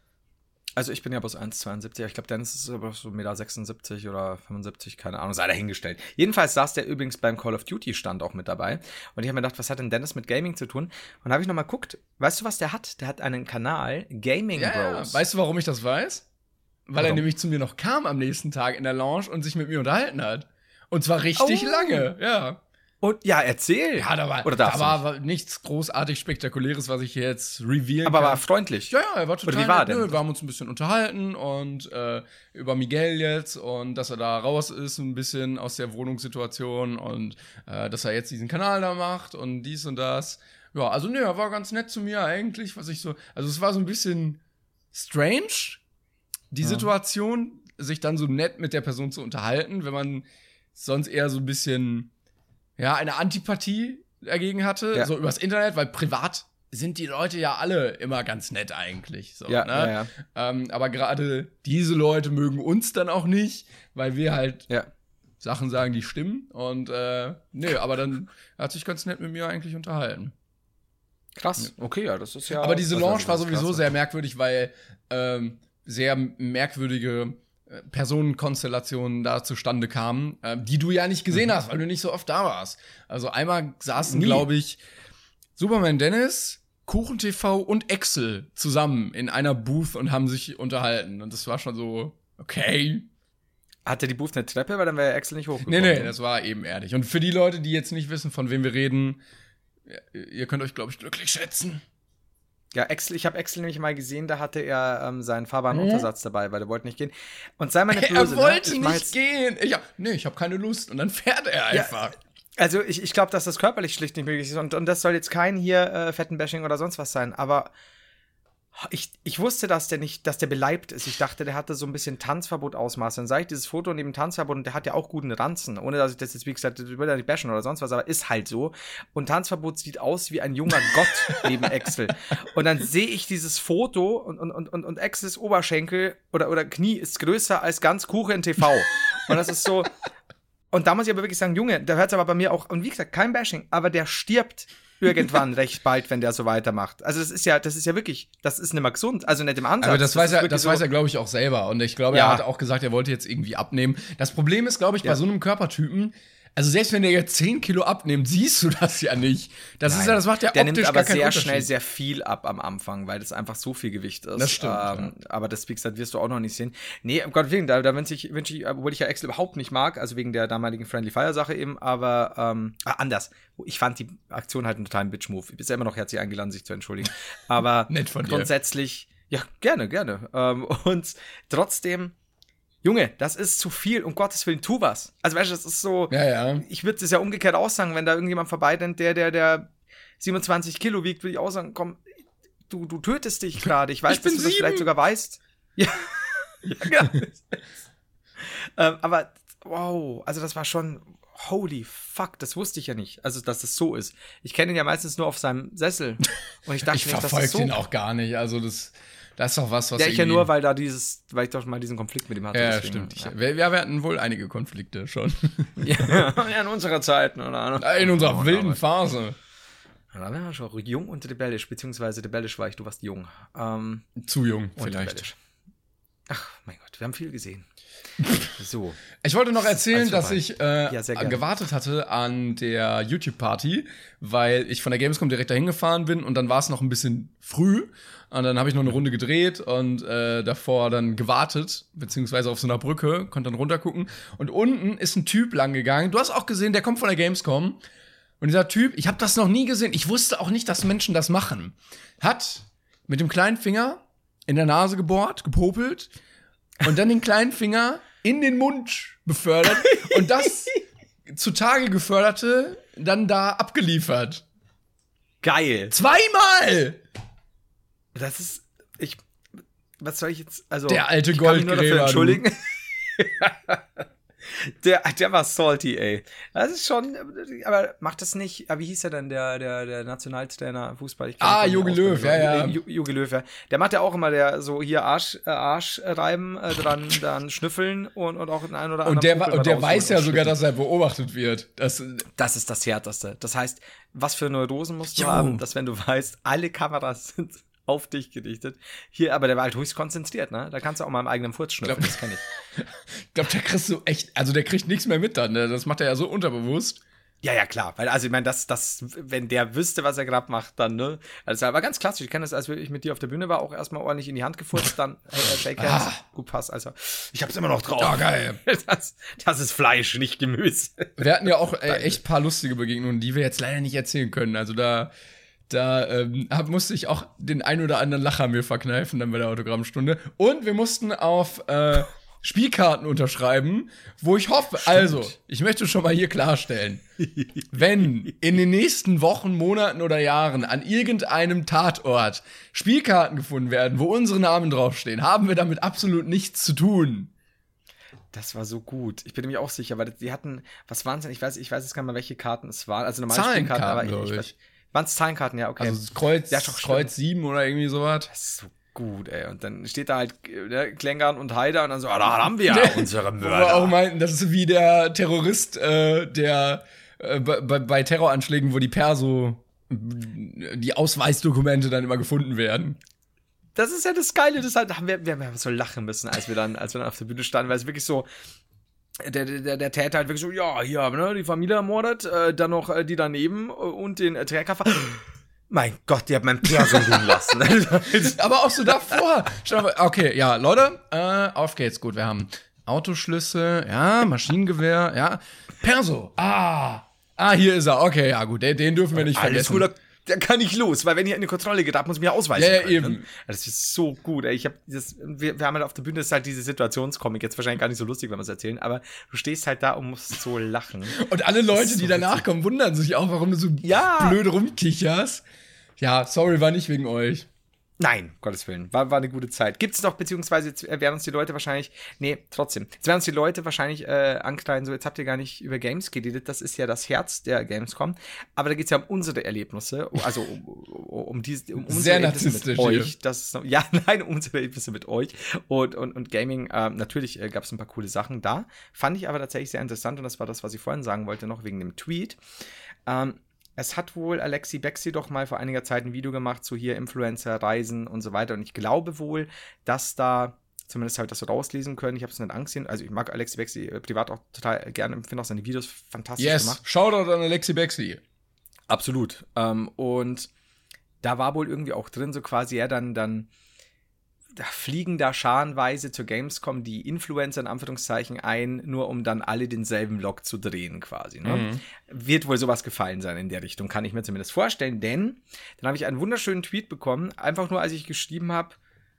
Also ich bin ja bloß eins zweiundsiebzig. Ich glaube, Dennis ist aber so eins Komma sechsundsiebzig oder fünfundsiebzig, keine Ahnung, sei dahingestellt. Jedenfalls saß der übrigens beim Call of Duty Stand auch mit dabei. Und ich habe mir gedacht, was hat denn Dennis mit Gaming zu tun? Und dann habe ich nochmal geguckt, weißt du, was der hat? Der hat einen Kanal, Gaming ja, Bros. Ja. Weißt du, warum ich das weiß? Weil warum? Er nämlich zu mir noch kam am nächsten Tag in der Lounge und sich mit mir unterhalten hat. Und zwar richtig oh. lange, ja. Und ja, erzähl. Ja, da war, Oder da war nicht? nichts großartig Spektakuläres, was ich hier jetzt revealen Aber kann. war freundlich. Ja, ja, er war total Oder wie war nett. denn? Nö, wir haben uns ein bisschen unterhalten und äh, über Miguel jetzt und dass er da raus ist, ein bisschen aus der Wohnungssituation und äh, dass er jetzt diesen Kanal da macht und dies und das. Ja, also nö, er war ganz nett zu mir eigentlich, was ich so, also es war so ein bisschen strange, die ja. Situation, sich dann so nett mit der Person zu unterhalten, wenn man sonst eher so ein bisschen ja, eine Antipathie dagegen hatte, ja. so übers Internet, weil privat sind die Leute ja alle immer ganz nett eigentlich. So, ja, ne? ja, ja. Ähm, aber gerade diese Leute mögen uns dann auch nicht, weil wir halt ja. Sachen sagen, die stimmen. Und äh, nö, aber dann hat sich ganz nett mit mir eigentlich unterhalten. Krass, okay, ja, das ist ja. Aber diese Launch war sowieso krass, sehr merkwürdig, weil ähm, sehr merkwürdige Personenkonstellationen da zustande kamen, äh, die du ja nicht gesehen mhm. hast, weil du nicht so oft da warst. Also einmal saßen, glaube ich, Superman Dennis, KuchenTV und Excel zusammen in einer Booth und haben sich unterhalten. Und das war schon so, okay. Hatte die Booth eine Treppe, weil dann wäre Excel nicht hochgekommen? Nee, nee, das war ebenerdig. Und für die Leute, die jetzt nicht wissen, von wem wir reden, ihr könnt euch, glaube ich, glücklich schätzen. Ja, Excel, ich habe Excel nämlich mal gesehen, da hatte er ähm, seinen fahrbaren Untersatz dabei, weil er wollte nicht gehen. Und sei meine Blöse, Er wollte ne? nicht gehen. Ich, ja, nee, ich habe keine Lust. Und dann fährt er einfach. Ja, also ich, ich glaube, dass das körperlich schlicht nicht möglich ist. Und, und das soll jetzt kein hier äh, Fettenbashing oder sonst was sein. Aber ich, ich wusste, dass der nicht, dass der beleibt ist. Ich dachte, der hatte so ein bisschen Tanzverbot-Ausmaße. Dann sah ich dieses Foto neben Tanzverbot und der hat ja auch guten Ranzen. Ohne, dass ich das jetzt, wie gesagt, ich will ja nicht bashen oder sonst was, aber ist halt so. Und Tanzverbot sieht aus wie ein junger Gott neben Excel. Und dann sehe ich dieses Foto und, und, und, und Excels Oberschenkel oder, oder Knie ist größer als ganz Kuchen T V. Und das ist so. Und da muss ich aber wirklich sagen, Junge, da hört es aber bei mir auch, und wie gesagt, kein Bashing, aber der stirbt irgendwann recht bald, wenn der so weitermacht. Also das ist ja, das ist ja wirklich, das ist nicht mal gesund, also nicht im Ansatz. Aber das, das weiß er, das so weiß er, glaube ich, auch selber. Und ich glaube, ja. er hat auch gesagt, er wollte jetzt irgendwie abnehmen. Das Problem ist, glaube ich, ja. bei so einem Körpertypen, Also selbst wenn der jetzt zehn Kilo abnimmt, siehst du das ja nicht. Das Nein. ist ja, das macht ja der optisch nimmt aber gar keinen sehr Unterschied. schnell sehr viel ab am Anfang, weil das einfach so viel Gewicht ist. Das stimmt, Ähm, ja. Aber das, wie gesagt, wirst du auch noch nicht sehen. Nee, um Gottes Willen, da, da wünsche ich, wünsch ich, obwohl ich ja Excel überhaupt nicht mag, also wegen der damaligen Friendly Fire Sache eben, aber ähm, ah, anders. Ich fand die Aktion halt einen totalen Bitch-Move. Ich bin ja immer noch herzlich eingeladen, sich zu entschuldigen. Aber Nett von dir. Grundsätzlich, ja, gerne, gerne. Ähm, und trotzdem, Junge, das ist zu viel, um Gottes Willen, tu was. Also weißt du, das ist so, Ja, ja. ich würde es ja umgekehrt auch sagen, wenn da irgendjemand vorbeirennt, der, der, der siebenundzwanzig Kilo wiegt, würde ich auch sagen, komm, du, du tötest dich gerade. Ich weiß, Ich bin dass du das sieben. vielleicht sogar weißt. Ja, ja genau. ähm, aber, wow, also das war schon, holy fuck, das wusste ich ja nicht. Also, dass das so ist. Ich kenne ihn ja meistens nur auf seinem Sessel. Und ich dachte Ich nicht, dass verfolge das so den auch gar nicht. Also das, das ist doch was, was Ja, ich ja irgendwie- nur, weil da dieses, weil ich doch mal diesen Konflikt mit ihm hatte. Ja, deswegen, stimmt. Ich, Ja. wir, wir hatten wohl einige Konflikte schon. Ja, ja, in unserer Zeit. Oder? In unserer Oh, wilden aber- Phase. Ja, da waren wir schon jung und rebellisch, beziehungsweise rebellisch war ich, du warst jung. Ähm, Zu jung, und vielleicht. rebellisch. Ach, mein Gott, wir haben viel gesehen. So. Ich wollte noch erzählen, Alles dass vorbei. ich äh, Ja, sehr gerne. gewartet hatte an der YouTube-Party, weil ich von der Gamescom direkt dahin gefahren bin und dann war es noch ein bisschen früh und dann habe ich noch eine Runde gedreht und äh, davor dann gewartet, beziehungsweise auf so einer Brücke, konnte dann runtergucken und unten ist ein Typ lang gegangen. Du hast auch gesehen, der kommt von der Gamescom und dieser Typ, ich habe das noch nie gesehen, ich wusste auch nicht, dass Menschen das machen, hat mit dem kleinen Finger in der Nase gebohrt, gepopelt und dann den kleinen Finger in den Mund befördert und das zutage geförderte dann da abgeliefert. Geil. Zweimal! Das ist, ich, was soll ich jetzt, also. Der alte ich kann mich nur dafür Goldgräber, du. entschuldigen. Der, der war salty, ey. Das ist schon, aber macht das nicht, wie hieß er denn, der, der, der Nationaltrainer Fußball? Ich kenn Ah, ihn Jogi aus- Löw, ja, ja. Ju- Jogi Löw, ja. Der macht ja auch immer, der so hier Arsch, äh, Arsch reiben, äh, dran, dann schnüffeln und, und auch den einen oder anderen. Und der, wa- Popel und der rausholen weiß ja und sogar, schlucken. dass er beobachtet wird. Das, Das ist das Härteste. Das heißt, was für Neurosen musst du Jo. haben, dass wenn du weißt, alle Kameras sind auf dich gerichtet. Hier, aber der war halt höchst konzentriert, ne? Da kannst du auch mal im eigenen Furz schnüffeln, Glaub- das kenne ich. ich glaube, der kriegst du echt, also der kriegt nichts mehr mit dann. Ne? Das macht er ja so unterbewusst. Ja, ja, klar. Weil, also ich meine, das, das, wenn der wüsste, was er gerade macht, dann, ne? Also aber ganz klassisch. Ich kenne das, als ich mit dir auf der Bühne war, auch erstmal ordentlich in die Hand gefurzt, dann hey, äh, Shake Hands. Ah. Gut, passt. Also, ich hab's immer noch drauf. Ja, geil. Das, das ist Fleisch, nicht Gemüse. Wir hatten ja auch äh, echt paar lustige Begegnungen, die wir jetzt leider nicht erzählen können. Also da, da ähm, hab, musste ich auch den ein oder anderen Lacher mir verkneifen dann bei der Autogrammstunde. Und wir mussten auf äh, Spielkarten unterschreiben, wo ich hoffe, also, ich möchte schon mal hier klarstellen, wenn in den nächsten Wochen, Monaten oder Jahren an irgendeinem Tatort Spielkarten gefunden werden, wo unsere Namen draufstehen, haben wir damit absolut nichts zu tun. Das war so gut. Ich bin mir auch sicher, weil die hatten, was waren es denn? Ich weiß, ich weiß jetzt gar nicht mal, welche Karten es waren. Also normale Zahlenkarten, Spielkarten, aber glaub ich, ich ich. weiß. Waren es Zahlenkarten, ja, okay. Also Kreuz, Ja, doch, stimmt. Kreuz sieben oder irgendwie sowas. Das ist so gut, ey. Und dann steht da halt ne, Klängern und Heider und dann so, ah, da haben wir ja unsere Wo wir auch Mörder. meinten, das ist wie der Terrorist, äh, der äh, bei, bei Terroranschlägen, wo die Perso, die Ausweisdokumente dann immer gefunden werden. Das ist ja das Geile, das halt, haben wir, wir haben so lachen müssen, als wir dann, als wir dann auf der Bühne standen, weil es wirklich so, der, der, der Täter halt wirklich so, ja, hier, ne, die Familie ermordet, äh, dann noch äh, die daneben äh, und den äh, Trägerkoffer. Mein Gott, die hat mein Perso liegen lassen. Aber auch so davor. Stell dir mal- Okay, ja, Leute, äh, auf geht's. Gut, wir haben Autoschlüssel, ja, Maschinengewehr, ja. Perso, ah, ah, hier ist er. Okay, ja, gut, den, den dürfen wir nicht Alles vergessen. gut, da- der kann nicht los, weil wenn ich in die Kontrolle geht, muss ich mir ausweisen. Ja, ja, können, eben. Ne? Das ist so gut, ey. Ich hab das, wir, wir haben halt auf der Bühne, das ist halt diese Situationskomik, jetzt wahrscheinlich gar nicht so lustig, wenn wir es erzählen, aber du stehst halt da und musst so lachen. Und alle Leute, ist so die danach witzig. kommen, wundern sich auch, warum du so Ja. blöd rumkicherst. Ja, sorry, war nicht wegen euch. Nein, Gottes Willen, war, war eine gute Zeit. Gibt's doch, beziehungsweise jetzt werden uns die Leute wahrscheinlich, nee, trotzdem, jetzt werden uns die Leute wahrscheinlich äh, ankreiden, so, jetzt habt ihr gar nicht über Games geredet, das ist ja das Herz der Gamescom, aber da geht's ja um unsere Erlebnisse, also um, um, um, diese, um unsere Sehr Erlebnisse mit narzisstisch euch. hier. Das ist, ja, nein, um unsere Erlebnisse mit euch und, und, und Gaming, ähm, natürlich äh, gab's ein paar coole Sachen da, fand ich aber tatsächlich sehr interessant und das war das, was ich vorhin sagen wollte, noch wegen dem Tweet. Ähm, Es hat wohl Alexi Bexi doch mal vor einiger Zeit ein Video gemacht zu hier Influencer, Reisen und so weiter. Und ich glaube wohl, dass da zumindest habe ich das so rauslesen können. Ich habe es nicht angesehen. Also ich mag Alexi Bexi äh, privat auch total gerne. Ich finde auch seine Videos fantastisch yes. gemacht. Shoutout an Alexi Bexi. Absolut. Ähm, und da war wohl irgendwie auch drin, so quasi, ja, dann, dann da fliegen da scharenweise zur Gamescom die Influencer in Anführungszeichen ein, nur um dann alle denselben Vlog zu drehen quasi. Ne? Mhm. Wird wohl sowas gefallen sein in der Richtung, kann ich mir zumindest vorstellen, denn dann habe ich einen wunderschönen Tweet bekommen, einfach nur als ich geschrieben habe,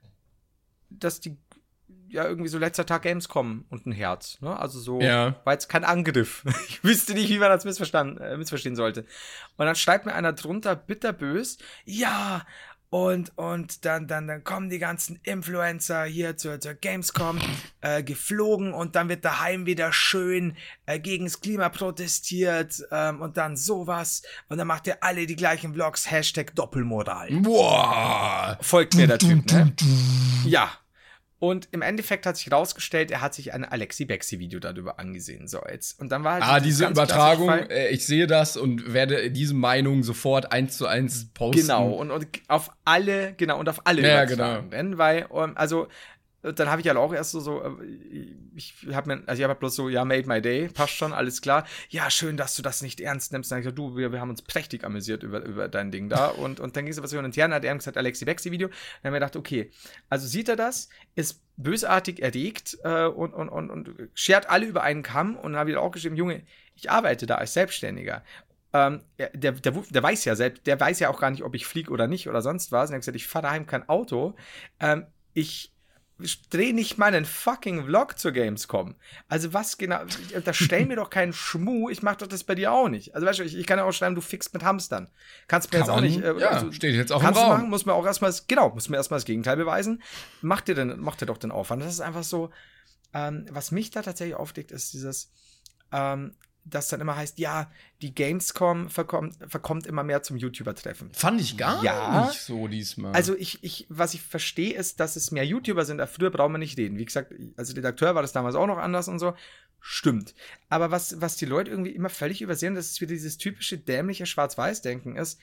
dass die ja irgendwie so letzter Tag Gamescom und ein Herz. Ne? Also so, ja. war jetzt kein Angriff. Ich wüsste nicht, wie man das missverstanden, äh, missverstehen sollte. Und dann schreibt mir einer drunter bitterbös, ja, Und, und dann, dann, dann kommen die ganzen Influencer hier zur, zur Gamescom äh, geflogen und dann wird daheim wieder schön äh, gegen das Klima protestiert ähm, und dann sowas und dann macht ihr alle die gleichen Vlogs, Hashtag Doppelmoral. Boah! Folgt mir der Typ, ne? Ja. Und im Endeffekt hat sich rausgestellt, er hat sich ein Alexi Bexi Video darüber angesehen. So jetzt. Und dann war halt ah, diese Übertragung, äh, ich sehe das und werde diese Meinung sofort eins zu eins posten. Genau, und, und auf alle, genau, und auf alle ja, übertragen. Genau. Denn, weil, um, also, dann habe ich halt auch erst so, so ich habe mir, also ich habe bloß so, ja, made my day, passt schon, alles klar. Ja, schön, dass du das nicht ernst nimmst. Dann habe ich gesagt, du, wir, wir haben uns prächtig amüsiert über, über dein Ding da. Und, und dann ging es aber so hin und her, dann hat er gesagt, Alexi Bexi Video. Dann haben wir gedacht, okay, also sieht er das, ist bösartig erregt äh, und, und, und, und schert alle über einen Kamm. Und dann habe ich auch geschrieben, Junge, ich arbeite da als Selbstständiger. Ähm, der, der, der weiß ja selbst, der weiß ja auch gar nicht, ob ich fliege oder nicht oder sonst was. Und er hat gesagt, ich fahre daheim kein Auto. Ähm, ich Ich drehe nicht mal einen fucking Vlog zur Gamescom. Also was genau, da stell mir doch keinen Schmuh, ich mach doch das bei dir auch nicht. Also weißt du, ich, ich kann ja auch schreiben, du fickst mit Hamstern. Kannst mir kann jetzt auch man, nicht, äh, ja, also, steht jetzt auch kannst im du Raum. machen, muss mir auch erstmal, genau, muss mir erstmal das Gegenteil beweisen. Mach dir denn, mach dir doch den Aufwand. Das ist einfach so, ähm, was mich da tatsächlich aufregt, ist dieses, ähm, das dann immer heißt, ja, die Gamescom verkommt, verkommt immer mehr zum YouTuber-Treffen. Fand ich gar ja, nicht so diesmal. Also ich, ich, was ich verstehe, ist, dass es mehr YouTuber sind. Früher brauchen wir nicht reden. Wie gesagt, als Redakteur war das damals auch noch anders und so. Stimmt. Aber was, was die Leute irgendwie immer völlig übersehen, dass es wieder dieses typische dämliche Schwarz-Weiß-Denken ist,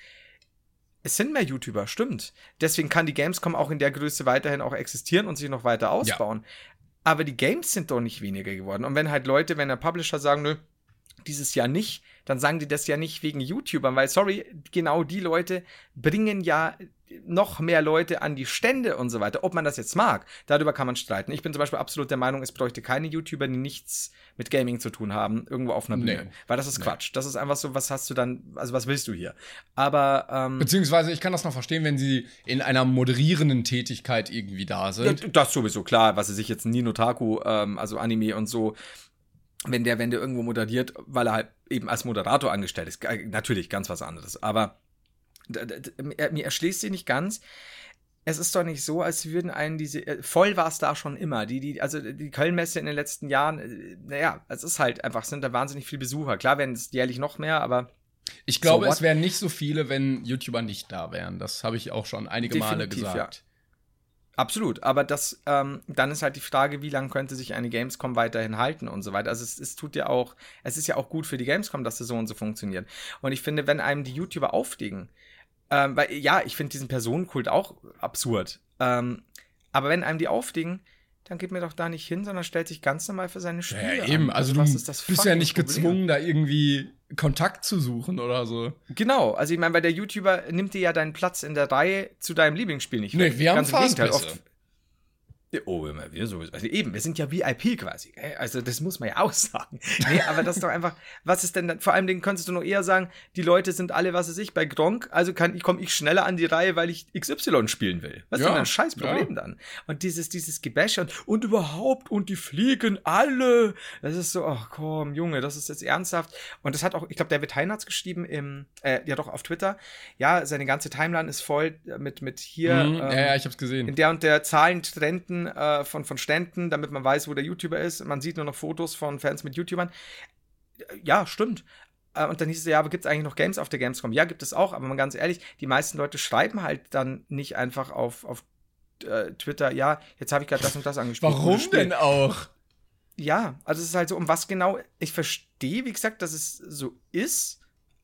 es sind mehr YouTuber, stimmt. Deswegen kann die Gamescom auch in der Größe weiterhin auch existieren und sich noch weiter ausbauen. Ja. Aber die Games sind doch nicht weniger geworden. Und wenn halt Leute, wenn der Publisher sagen, nö, dieses Jahr nicht, dann sagen die das ja nicht wegen YouTubern, weil, sorry, genau die Leute bringen ja noch mehr Leute an die Stände und so weiter. Ob man das jetzt mag, darüber kann man streiten. Ich bin zum Beispiel absolut der Meinung, es bräuchte keine YouTuber, die nichts mit Gaming zu tun haben, irgendwo auf einer Bühne. Nee. Weil das ist nee. Quatsch. Das ist einfach so, was hast du dann, also was willst du hier? Aber, ähm, beziehungsweise, ich kann das noch verstehen, wenn sie in einer moderierenden Tätigkeit irgendwie da sind. Ja, das sowieso, klar, was sie sich jetzt Nino Taku, ähm, also Anime und so, wenn der, wenn der irgendwo moderiert, weil er halt eben als Moderator angestellt ist, natürlich ganz was anderes. Aber d- d- mir erschließt sich nicht ganz. Es ist doch nicht so, als würden einen diese, voll war es da schon immer. Die, die, also die Köln-Messe in den letzten Jahren, naja, es ist halt einfach, sind da wahnsinnig viele Besucher. Klar werden es jährlich noch mehr, aber ich glaube, so es wären nicht so viele, wenn YouTuber nicht da wären. Das habe ich auch schon einige Definitiv, Male gesagt. Ja. Absolut, aber das, ähm, dann ist halt die Frage, wie lange könnte sich eine Gamescom weiterhin halten und so weiter. Also es, es tut ja auch, es ist ja auch gut für die Gamescom, dass das so und so funktioniert. Und ich finde, wenn einem die YouTuber auflegen, ähm, weil, ja, ich finde diesen Personenkult auch absurd, ähm, aber wenn einem die auflegen, dann geht mir doch da nicht hin, sondern stellt sich ganz normal für seine Spiele ja, eben. an. Also, also du bist ja nicht Problem. gezwungen, da irgendwie Kontakt zu suchen oder so. Genau, also ich meine, weil der YouTuber nimmt dir ja deinen Platz in der Reihe zu deinem Lieblingsspiel nicht weg. Nee, wir haben Fastpässe. Oh, immer wir sowieso. Also eben, wir sind ja V I P quasi. Also das muss man ja auch sagen. Nee, aber das ist doch einfach, was ist denn dann, vor allem den könntest du noch eher sagen, die Leute sind alle, was weiß ich, bei Gronk, also kann, komme ich schneller an die Reihe, weil ich X Y spielen will. Was ist ja, denn ein scheiß Problem ja. dann? Und dieses, dieses Gebäsche und, und überhaupt, und die fliegen alle. Das ist so, ach komm, Junge, das ist jetzt ernsthaft. Und das hat auch, ich glaube, David Hein hat's geschrieben im, äh, ja doch, auf Twitter. Ja, seine ganze Timeline ist voll mit, mit hier. Mhm, ähm, ja, ja, ich hab's gesehen. In der und der Zahlen trenden Von, von Ständen, damit man weiß, wo der YouTuber ist. Man sieht nur noch Fotos von Fans mit YouTubern. Ja, stimmt. Und dann hieß es ja, aber gibt es eigentlich noch Games auf der Gamescom? Ja, gibt es auch, aber mal ganz ehrlich, die meisten Leute schreiben halt dann nicht einfach auf, auf äh, Twitter, ja, jetzt habe ich gerade das und das angespielt. Warum denn auch? Ja, also es ist halt so, um was genau, ich verstehe, wie gesagt, dass es so ist,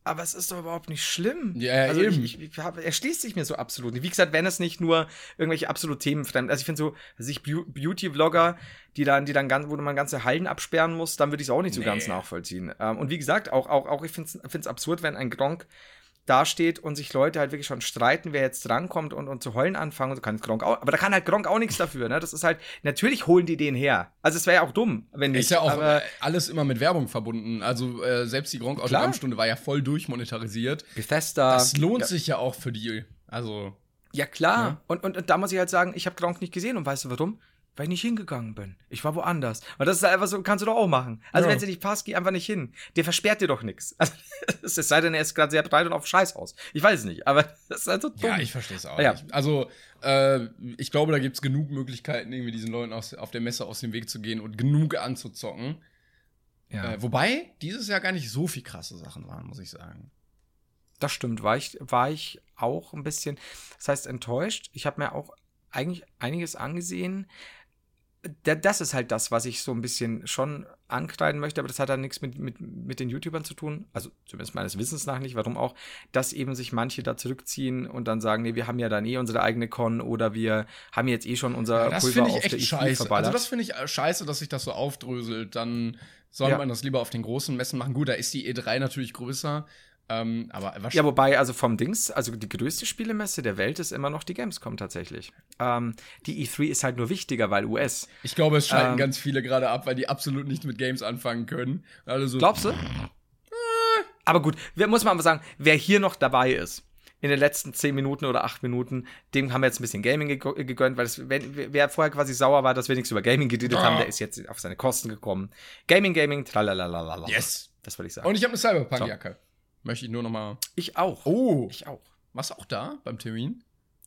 aber es ist doch überhaupt nicht schlimm. Ja, ja, also eben. Ich, ich, ich hab, er schließt sich mir so absolut nicht. Wie gesagt, wenn es nicht nur irgendwelche absolut themenfremd, also ich finde so, also ich Beauty-Vlogger, die dann, die dann ganz, wo man ganze Hallen absperren muss, dann würde ich es auch nicht so Nee. ganz nachvollziehen. Ähm, und wie gesagt, auch, auch, auch ich finde es absurd, wenn ein Gronk dasteht und sich Leute halt wirklich schon streiten, wer jetzt drankommt und, und zu heulen anfangen. Und so kann Gronk auch, aber da kann halt Gronk auch nichts dafür, ne? Das ist halt, natürlich holen die den her. Also es wäre ja auch dumm, wenn nicht. Ist ja auch aber äh, alles immer mit Werbung verbunden. Also äh, selbst die Gronk-Autogrammstunde war ja voll durchmonetarisiert. Bethesda. Das lohnt ja. sich ja auch für die. Also. Ja, klar. Ja. Und, und, und da muss ich halt sagen, ich habe Gronk nicht gesehen. Und weißt du warum? Weil ich nicht hingegangen bin. Ich war woanders. Und das ist einfach so, kannst du doch auch machen. Also Ja. wenn es dir nicht passt, geh einfach nicht hin. Der versperrt dir doch nichts. Also, es sei denn, er ist gerade sehr breit und auf Scheiß aus. Ich weiß es nicht, aber das ist halt so dumm. Ja, ich verstehe es auch Ja. nicht. Also, äh, ich glaube, da gibt es genug Möglichkeiten, irgendwie diesen Leuten aus, auf der Messe aus dem Weg zu gehen und genug anzuzocken. Ja. Äh, wobei dieses Jahr gar nicht so viel krasse Sachen waren, muss ich sagen. Das stimmt, war ich, war ich auch ein bisschen, das heißt enttäuscht. Ich habe mir auch eigentlich einiges angesehen. Da- Das ist halt das, was ich so ein bisschen schon ankreiden möchte, aber das hat dann nichts mit, mit, mit den YouTubern zu tun, also zumindest meines Wissens nach nicht, warum auch, dass eben sich manche da zurückziehen und dann sagen, nee, wir haben ja dann eh unsere eigene Con oder wir haben jetzt eh schon unser Ja, das Pulver finde ich auf der echt E drei scheiße. verballert. Also das finde ich äh, scheiße, dass sich das so aufdröselt. Dann soll Ja. man das lieber auf den großen Messen machen. Gut, da ist die E drei natürlich größer. Ähm, aber wahrscheinlich. Ja, wobei, also vom Dings, also die größte Spielemesse der Welt ist immer noch die Gamescom tatsächlich. Ähm, die E drei ist halt nur wichtiger, weil U S. Ich glaube, es schalten Ähm, ganz viele gerade ab, weil die absolut nicht mit Games anfangen können. Alle so, Glaubst du? Aber gut, wer, muss man aber sagen, wer hier noch dabei ist, in den letzten zehn Minuten oder acht Minuten, dem haben wir jetzt ein bisschen Gaming gegö- gegönnt, weil es, wenn, wer vorher quasi sauer war, dass wir nichts über Gaming geredet haben, der ist jetzt auf seine Kosten gekommen. Gaming, Gaming, tralalalala. Yes. Das würde ich sagen. Und ich habe eine Cyberpunk-Jacke. Möchte ich nur noch mal. ich auch. Oh. Ich auch. Warst du auch da beim Termin?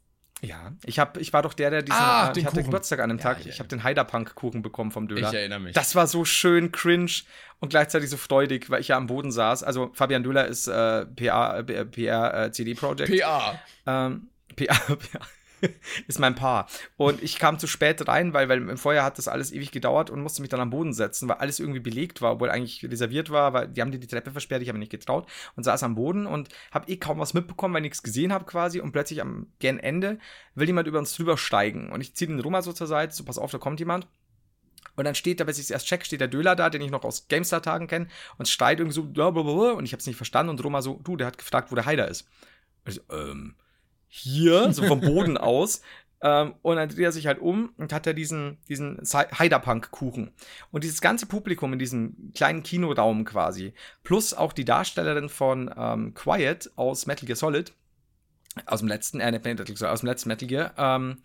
Ja, ich, hab, ich war doch der, der diesen, Ah, äh, den ich hatte Kuchen. Geburtstag an dem Ja, Tag, ich ich habe erinnere den Heiderpunk-Kuchen bekommen vom Döner. Ich erinnere mich. Das war so schön cringe und gleichzeitig so freudig, weil ich ja am Boden saß. Also Fabian Döhler ist äh, P A, äh, P R äh, C D-Projekt. P A. Ähm, P A, P A ist mein Paar. Und ich kam zu spät rein, weil, weil vorher hat das alles ewig gedauert und musste mich dann am Boden setzen, weil alles irgendwie belegt war, obwohl eigentlich reserviert war, weil die haben dir die Treppe versperrt, ich habe mich nicht getraut und saß am Boden und habe eh kaum was mitbekommen, weil ich nichts gesehen habe quasi und plötzlich am gern Ende will jemand über uns drüber steigen und ich ziehe den Rummer so zur Seite, so pass auf, da kommt jemand. Und dann steht da, bis ich es erst check, steht der Döler da, den ich noch aus GameStar-Tagen kenne und schreit irgendwie so blablabla und ich habe es nicht verstanden und Roma so, du, der hat gefragt, wo der Heider ist. Und ich so, ähm, hier, so vom Boden aus. Ähm, und dann dreht er sich halt um und hat da diesen, diesen Heiderpunk-Kuchen. Und dieses ganze Publikum in diesem kleinen Kinoraum quasi, plus auch die Darstellerin von ähm, Quiet aus Metal Gear Solid, aus dem letzten, äh, nicht Metal Gear Solid, aus dem letzten Metal Gear, ähm,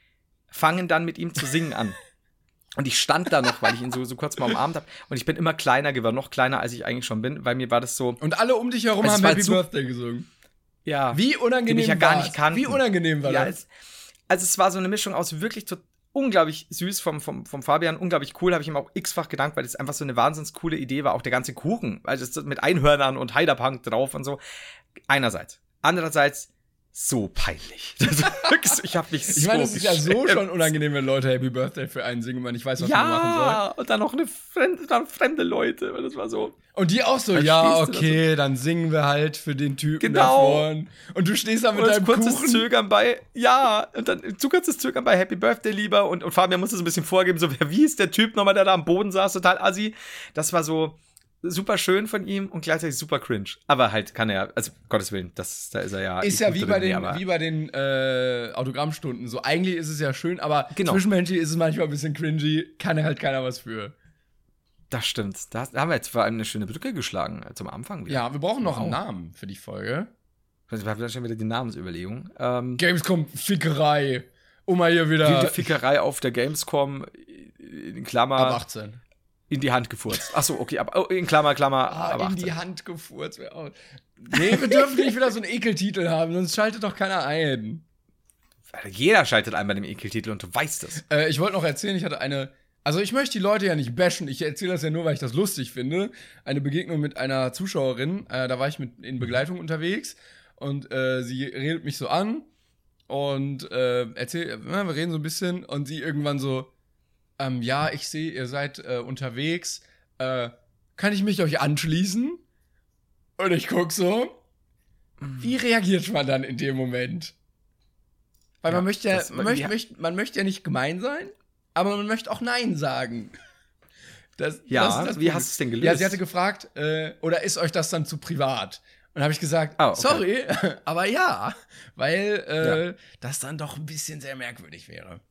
fangen dann mit ihm zu singen an. Und ich stand da noch, weil ich ihn so, so kurz mal umarmt habe. Und ich bin immer kleiner geworden, noch kleiner, als ich eigentlich schon bin, weil mir war das so, Und alle um dich herum Es haben war Happy so- Birthday gesungen. ja. Wie unangenehm Den ich ja gar war's? nicht kannte. Wie unangenehm war ja, das? es, also es war so eine Mischung aus wirklich to- unglaublich süß vom, vom, vom Fabian, unglaublich cool, habe ich ihm auch x-fach gedankt, weil das einfach so eine wahnsinnig coole Idee war, auch der ganze Kuchen, also das mit Einhörnern und Heiderpunk drauf und so. Einerseits. Andererseits so peinlich. Das ist wirklich so, ich habe mich so Ich meine, es ist ja so geschämt. schon unangenehm, wenn Leute Happy Birthday für einen singen, man nicht weiß, was man machen soll. Ja, und dann noch eine fremde, dann fremde Leute, weil das war so. Und die auch so, Dann ja, stehst du da okay, dann singen wir halt für den Typen Genau. da vorne. Und du stehst da mit Und deinem kurzes Kuchen. Zögern bei, ja, und dann zu kurzes Zögern bei Happy Birthday lieber und, und Fabian musste so ein bisschen vorgeben, so, wie ist der Typ nochmal, der da am Boden saß, total assi. Das war so super schön von ihm und gleichzeitig super cringe. Aber halt kann er, also Gottes Willen, das, da ist er ja. Ist eh ja gut wie bei drin, den, aber- wie bei den äh, Autogrammstunden. So, eigentlich ist es ja schön, aber Genau. zwischenmenschlich ist es manchmal ein bisschen cringy. Kann halt keiner was für. Das stimmt. Da, da haben wir jetzt vor allem eine schöne Brücke geschlagen äh, zum Anfang wieder. Ja, wir brauchen noch Wow. einen Namen für die Folge. Wir haben schon wieder die Namensüberlegung. Ähm, Gamescom Fickerei. Um mal hier wieder wilde Fickerei auf der Gamescom, in Klammer, ab achtzehn. in die Hand gefurzt. Ach so, okay, aber oh, in Klammer, Klammer, Ah, aber in die Hand gefurzt. wär auch- Nee, wir dürfen nicht wieder so einen Ekeltitel haben, sonst schaltet doch keiner ein. Jeder schaltet ein bei dem Ekeltitel und du weißt es. Äh, ich wollte noch erzählen, ich hatte eine. Also, ich möchte die Leute ja nicht bashen. Ich erzähle das ja nur, weil ich das lustig finde. Eine Begegnung mit einer Zuschauerin. Äh, da war ich mit in Begleitung unterwegs. Und äh, sie redet mich so an. Und äh, erzählt, äh, wir reden so ein bisschen. Und sie irgendwann so: ähm, Ja, ich sehe, ihr seid äh, unterwegs. Äh, kann ich mich euch anschließen? Und ich guck so, wie reagiert man dann in dem Moment? Weil Ja, man möchte ja, das- man möchte, ja. möchte, man möchte ja nicht gemein sein, aber man möchte auch Nein sagen. Das, Ja, das ist das wie Problem. hast du es denn gelöst? Ja, sie hatte gefragt, äh, oder ist euch das dann zu privat? Und habe ich gesagt, Ah, okay. sorry, aber ja, weil äh, Ja. das dann doch ein bisschen sehr merkwürdig wäre.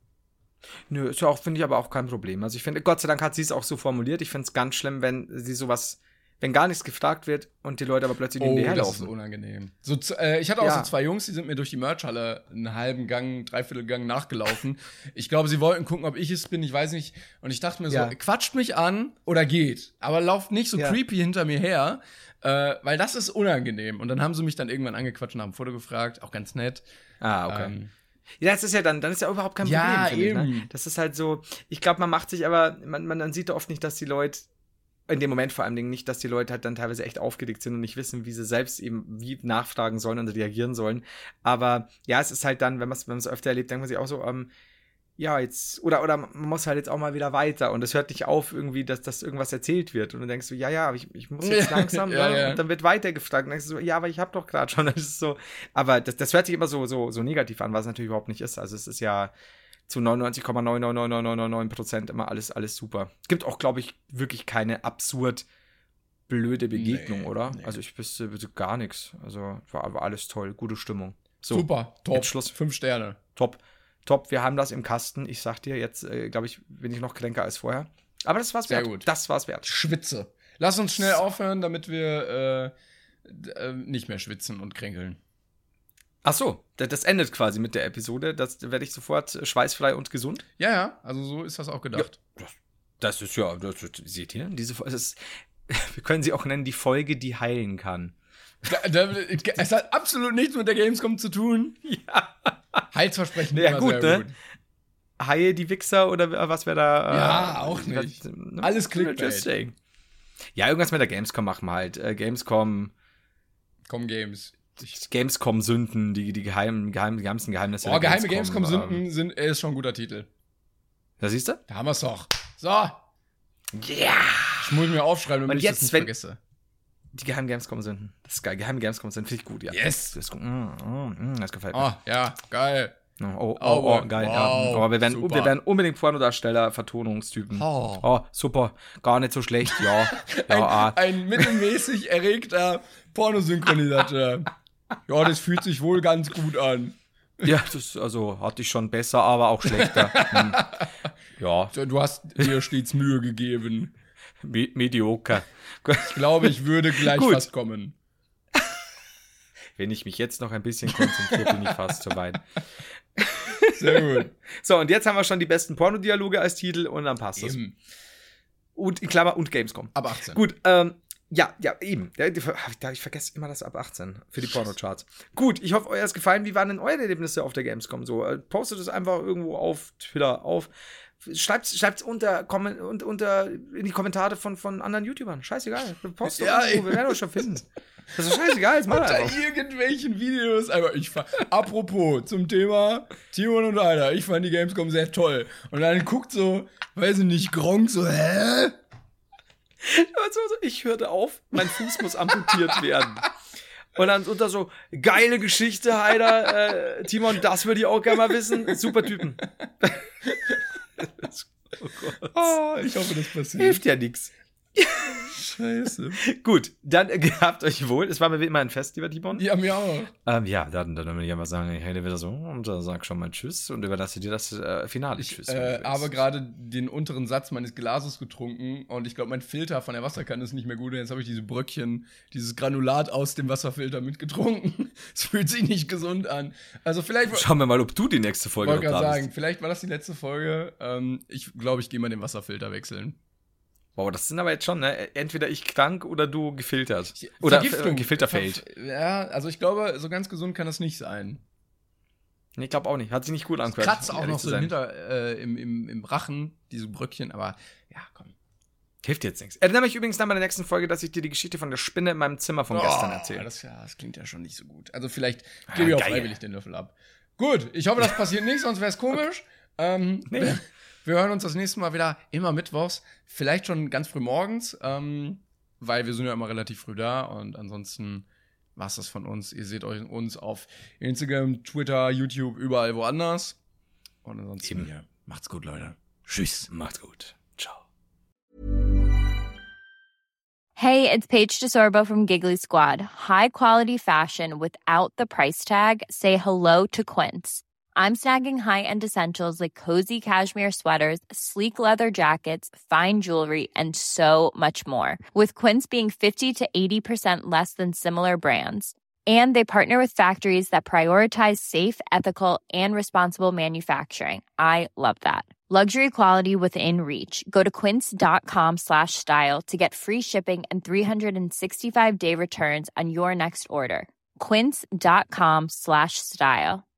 Nö, ist ja auch, finde ich aber auch kein Problem. Also ich finde, Gott sei Dank hat sie es auch so formuliert. Ich finde es ganz schlimm, wenn sie sowas, wenn gar nichts gefragt wird und die Leute aber plötzlich neben Oh, dir das ist herlaufen. unangenehm. So, z- äh, ich hatte auch Ja. so zwei Jungs, die sind mir durch die Merchhalle einen halben Gang, dreiviertel Gang nachgelaufen. Ich glaube, sie wollten gucken, ob ich es bin, ich weiß nicht. Und ich dachte mir so, Ja. quatscht mich an oder geht. Aber lauft nicht so Ja. creepy hinter mir her, äh, weil das ist unangenehm. Und dann haben sie mich dann irgendwann angequatscht und haben ein Foto gefragt, auch ganz nett. Ah, okay. Ähm, Ja, das ist ja dann, dann ist ja überhaupt kein Problem. Ja, finde ich, ne? eben. Das ist halt so, ich glaube, man macht sich aber, man, man dann sieht da oft nicht, dass die Leute, in dem Moment vor allem nicht, dass die Leute halt dann teilweise echt aufgeregt sind und nicht wissen, wie sie selbst eben wie nachfragen sollen und reagieren sollen. Aber ja, es ist halt dann, wenn man es wenn man es öfter erlebt, denkt man sich auch so, ähm, ja, jetzt, oder, oder man muss halt jetzt auch mal wieder weiter und es hört nicht auf irgendwie, dass, dass irgendwas erzählt wird und du denkst so, ja, ja, aber ich, ich muss jetzt Ja, langsam, ja, ne? ja. Und dann wird weiter gefragt und denkst du so, ja, aber ich habe doch gerade schon, das ist so, aber das, das hört sich immer so, so, so negativ an, was es natürlich überhaupt nicht ist, also es ist ja zu neunundneunzig Komma neun neun neun neun neun neun neun Prozent immer alles, alles super. Es gibt auch, glaube ich, wirklich keine absurd blöde Begegnung, Nee, oder? nee. Also ich wüsste, wüsste gar nichts, also war, war alles toll, gute Stimmung. So, Super, top, jetzt Schluss. fünf Sterne. Top, top, wir haben das im Kasten. Ich sag dir, jetzt, äh, glaube ich, bin ich noch kränker als vorher. Aber das war's Sehr wert. gut. Das war's wert. Schwitze. Lass uns schnell aufhören, damit wir äh, d- äh, nicht mehr schwitzen und kränkeln. Ach so, das, das endet quasi mit der Episode. Das werde ich sofort äh, schweißfrei und gesund. Ja, ja, also so ist das auch gedacht. Das ist ja, das, seht ihr, diese Folge, das ist, wir können sie auch nennen, die Folge, die heilen kann. Da, da, es hat absolut nichts mit der Gamescom zu tun. Ja. Heilsversprechen Ja, immer gut, sehr ne? gut. Haie, die Wichser oder was wäre da? Ja, äh, auch was- nicht. ne? Alles Clickbait. Just saying. Ja, irgendwas mit der Gamescom machen wir halt. Äh, Gamescom, Komm, Games. Gamescom-Sünden, die, die geheimen, geheimen, die geheimsten Geheimnisse. Oh, der geheime Gamescom, Gamescom-Sünden ähm, sind, äh, ist schon ein guter Titel. Da siehst du? Da haben wir's doch. So, Ja! ich muss mir aufschreiben, damit Und ich jetzt, das nicht wenn- vergesse. Die geheimen Gamescom-Sünden. Das ist geil. Geheime Gamescom-Sünden finde ich gut, ja. Yes. Das, ist gut. Mm, mm, mm, das gefällt mir. Oh, ja, geil. Oh, oh, oh, Oh, oh geil. wow, ja. Oh, wir, werden, super. wir werden unbedingt Pornodarsteller, Vertonungstypen. Oh. Oh, super. Gar nicht so schlecht, ja. ja Ein, ah. ein mittelmäßig erregter Pornosynchronisateur. Ja, das fühlt sich wohl ganz gut an. Ja, das also hatte ich schon besser, aber auch schlechter. Hm. Ja, Du hast dir stets Mühe gegeben. me mediocre. Ich glaube, ich würde gleich Gut. fast kommen. Wenn ich mich jetzt noch ein bisschen konzentriere, bin ich fast so weit. Sehr gut. So, und jetzt haben wir schon die besten Pornodialoge als Titel und dann passt es. Eben. Und in Klammer und Gamescom. Ab achtzehn. Gut, ähm, ja, ja, eben. Ja, die- Ich vergesse immer das ab achtzehn für die Pornocharts. Gut, ich hoffe, euch hat es gefallen. Wie waren denn eure Erlebnisse auf der Gamescom so? Äh, Postet es einfach irgendwo auf Twitter auf. Schreibt es unter, kommen- und- unter in die Kommentare von, von anderen YouTubern. Scheißegal. Postet Ja, irgendwo, wir werden euch schon finden. Das ist scheißegal, jetzt mal Unter einfach. irgendwelchen Videos. Aber ich fand, apropos zum Thema Timon und Alter, ich fand die Gamescom sehr toll. Und dann guckt so, weiß ich nicht, Gronk so, hä? Also, ich hörte auf, mein Fuß muss amputiert werden. Und dann unter so, geile Geschichte, Heider, äh, Timon, das würde ich auch gerne mal wissen. Super Typen. Oh Gott. Oh, ich hoffe, das passiert. Hilft ja nix. Scheiße. Gut, dann äh, gehabt euch wohl. Es war mir wie immer ein Fest, lieber Timon. Ja, mir auch. Ähm, ja, dann, dann würde ich einfach sagen, ich hätte wieder so und äh, sag schon mal Tschüss und überlasse dir das äh, Finale. Ich Tschüss. äh, habe gerade den unteren Satz meines Glases getrunken und ich glaube, mein Filter von der Wasserkanne ist nicht mehr gut. Und jetzt habe ich diese Bröckchen, dieses Granulat aus dem Wasserfilter mitgetrunken. Es fühlt sich nicht gesund an. Also vielleicht Schauen wir mal, ob du die nächste Folge wollte noch gerade da sagen, bist. vielleicht war das die letzte Folge. Ähm, ich glaube, ich gehe mal den Wasserfilter wechseln. Wow, das sind aber jetzt schon, ne? Entweder ich krank oder du gefiltert. Oder Vergiftung. äh, gefilterfällt. Ver- Ja, also ich glaube, so ganz gesund kann das nicht sein. Nee, ich glaube auch nicht. Hat sich nicht gut Es angehört. kratzt um auch ehrlich noch zu so im, sein. Hinter, äh, im, im, im Rachen, diese Bröckchen, aber ja, komm. Hilft jetzt nichts. Erinnere mich übrigens dann bei der nächsten Folge, dass ich dir die Geschichte von der Spinne in meinem Zimmer von gestern erzähle. Das, ja, das klingt ja schon nicht so gut. Also vielleicht gebe ich auch geil. freiwillig den Löffel ab. Gut, ich hoffe, das passiert nicht, sonst wäre es komisch. Ähm, Nee. wir, wir hören uns das nächste Mal wieder immer mittwochs, vielleicht schon ganz früh morgens. Ähm, weil wir sind ja immer relativ früh da und ansonsten war's das von uns. Ihr seht euch uns auf Instagram, Twitter, YouTube, überall woanders. Und ansonsten, ja, macht's gut, Leute. Tschüss. Macht's gut. Ciao. Hey, it's Paige DeSorbo from Giggly Squad. High quality fashion without the price tag. Say hello to Quince. I'm snagging high-end essentials like cozy cashmere sweaters, sleek leather jackets, fine jewelry, and so much more. With Quince being fifty to eighty percent less than similar brands. And they partner with factories that prioritize safe, ethical, and responsible manufacturing. I love that. Luxury quality within reach. Go to quince.com slash style to get free shipping and three sixty-five day returns on your next order. Quince.com slash style.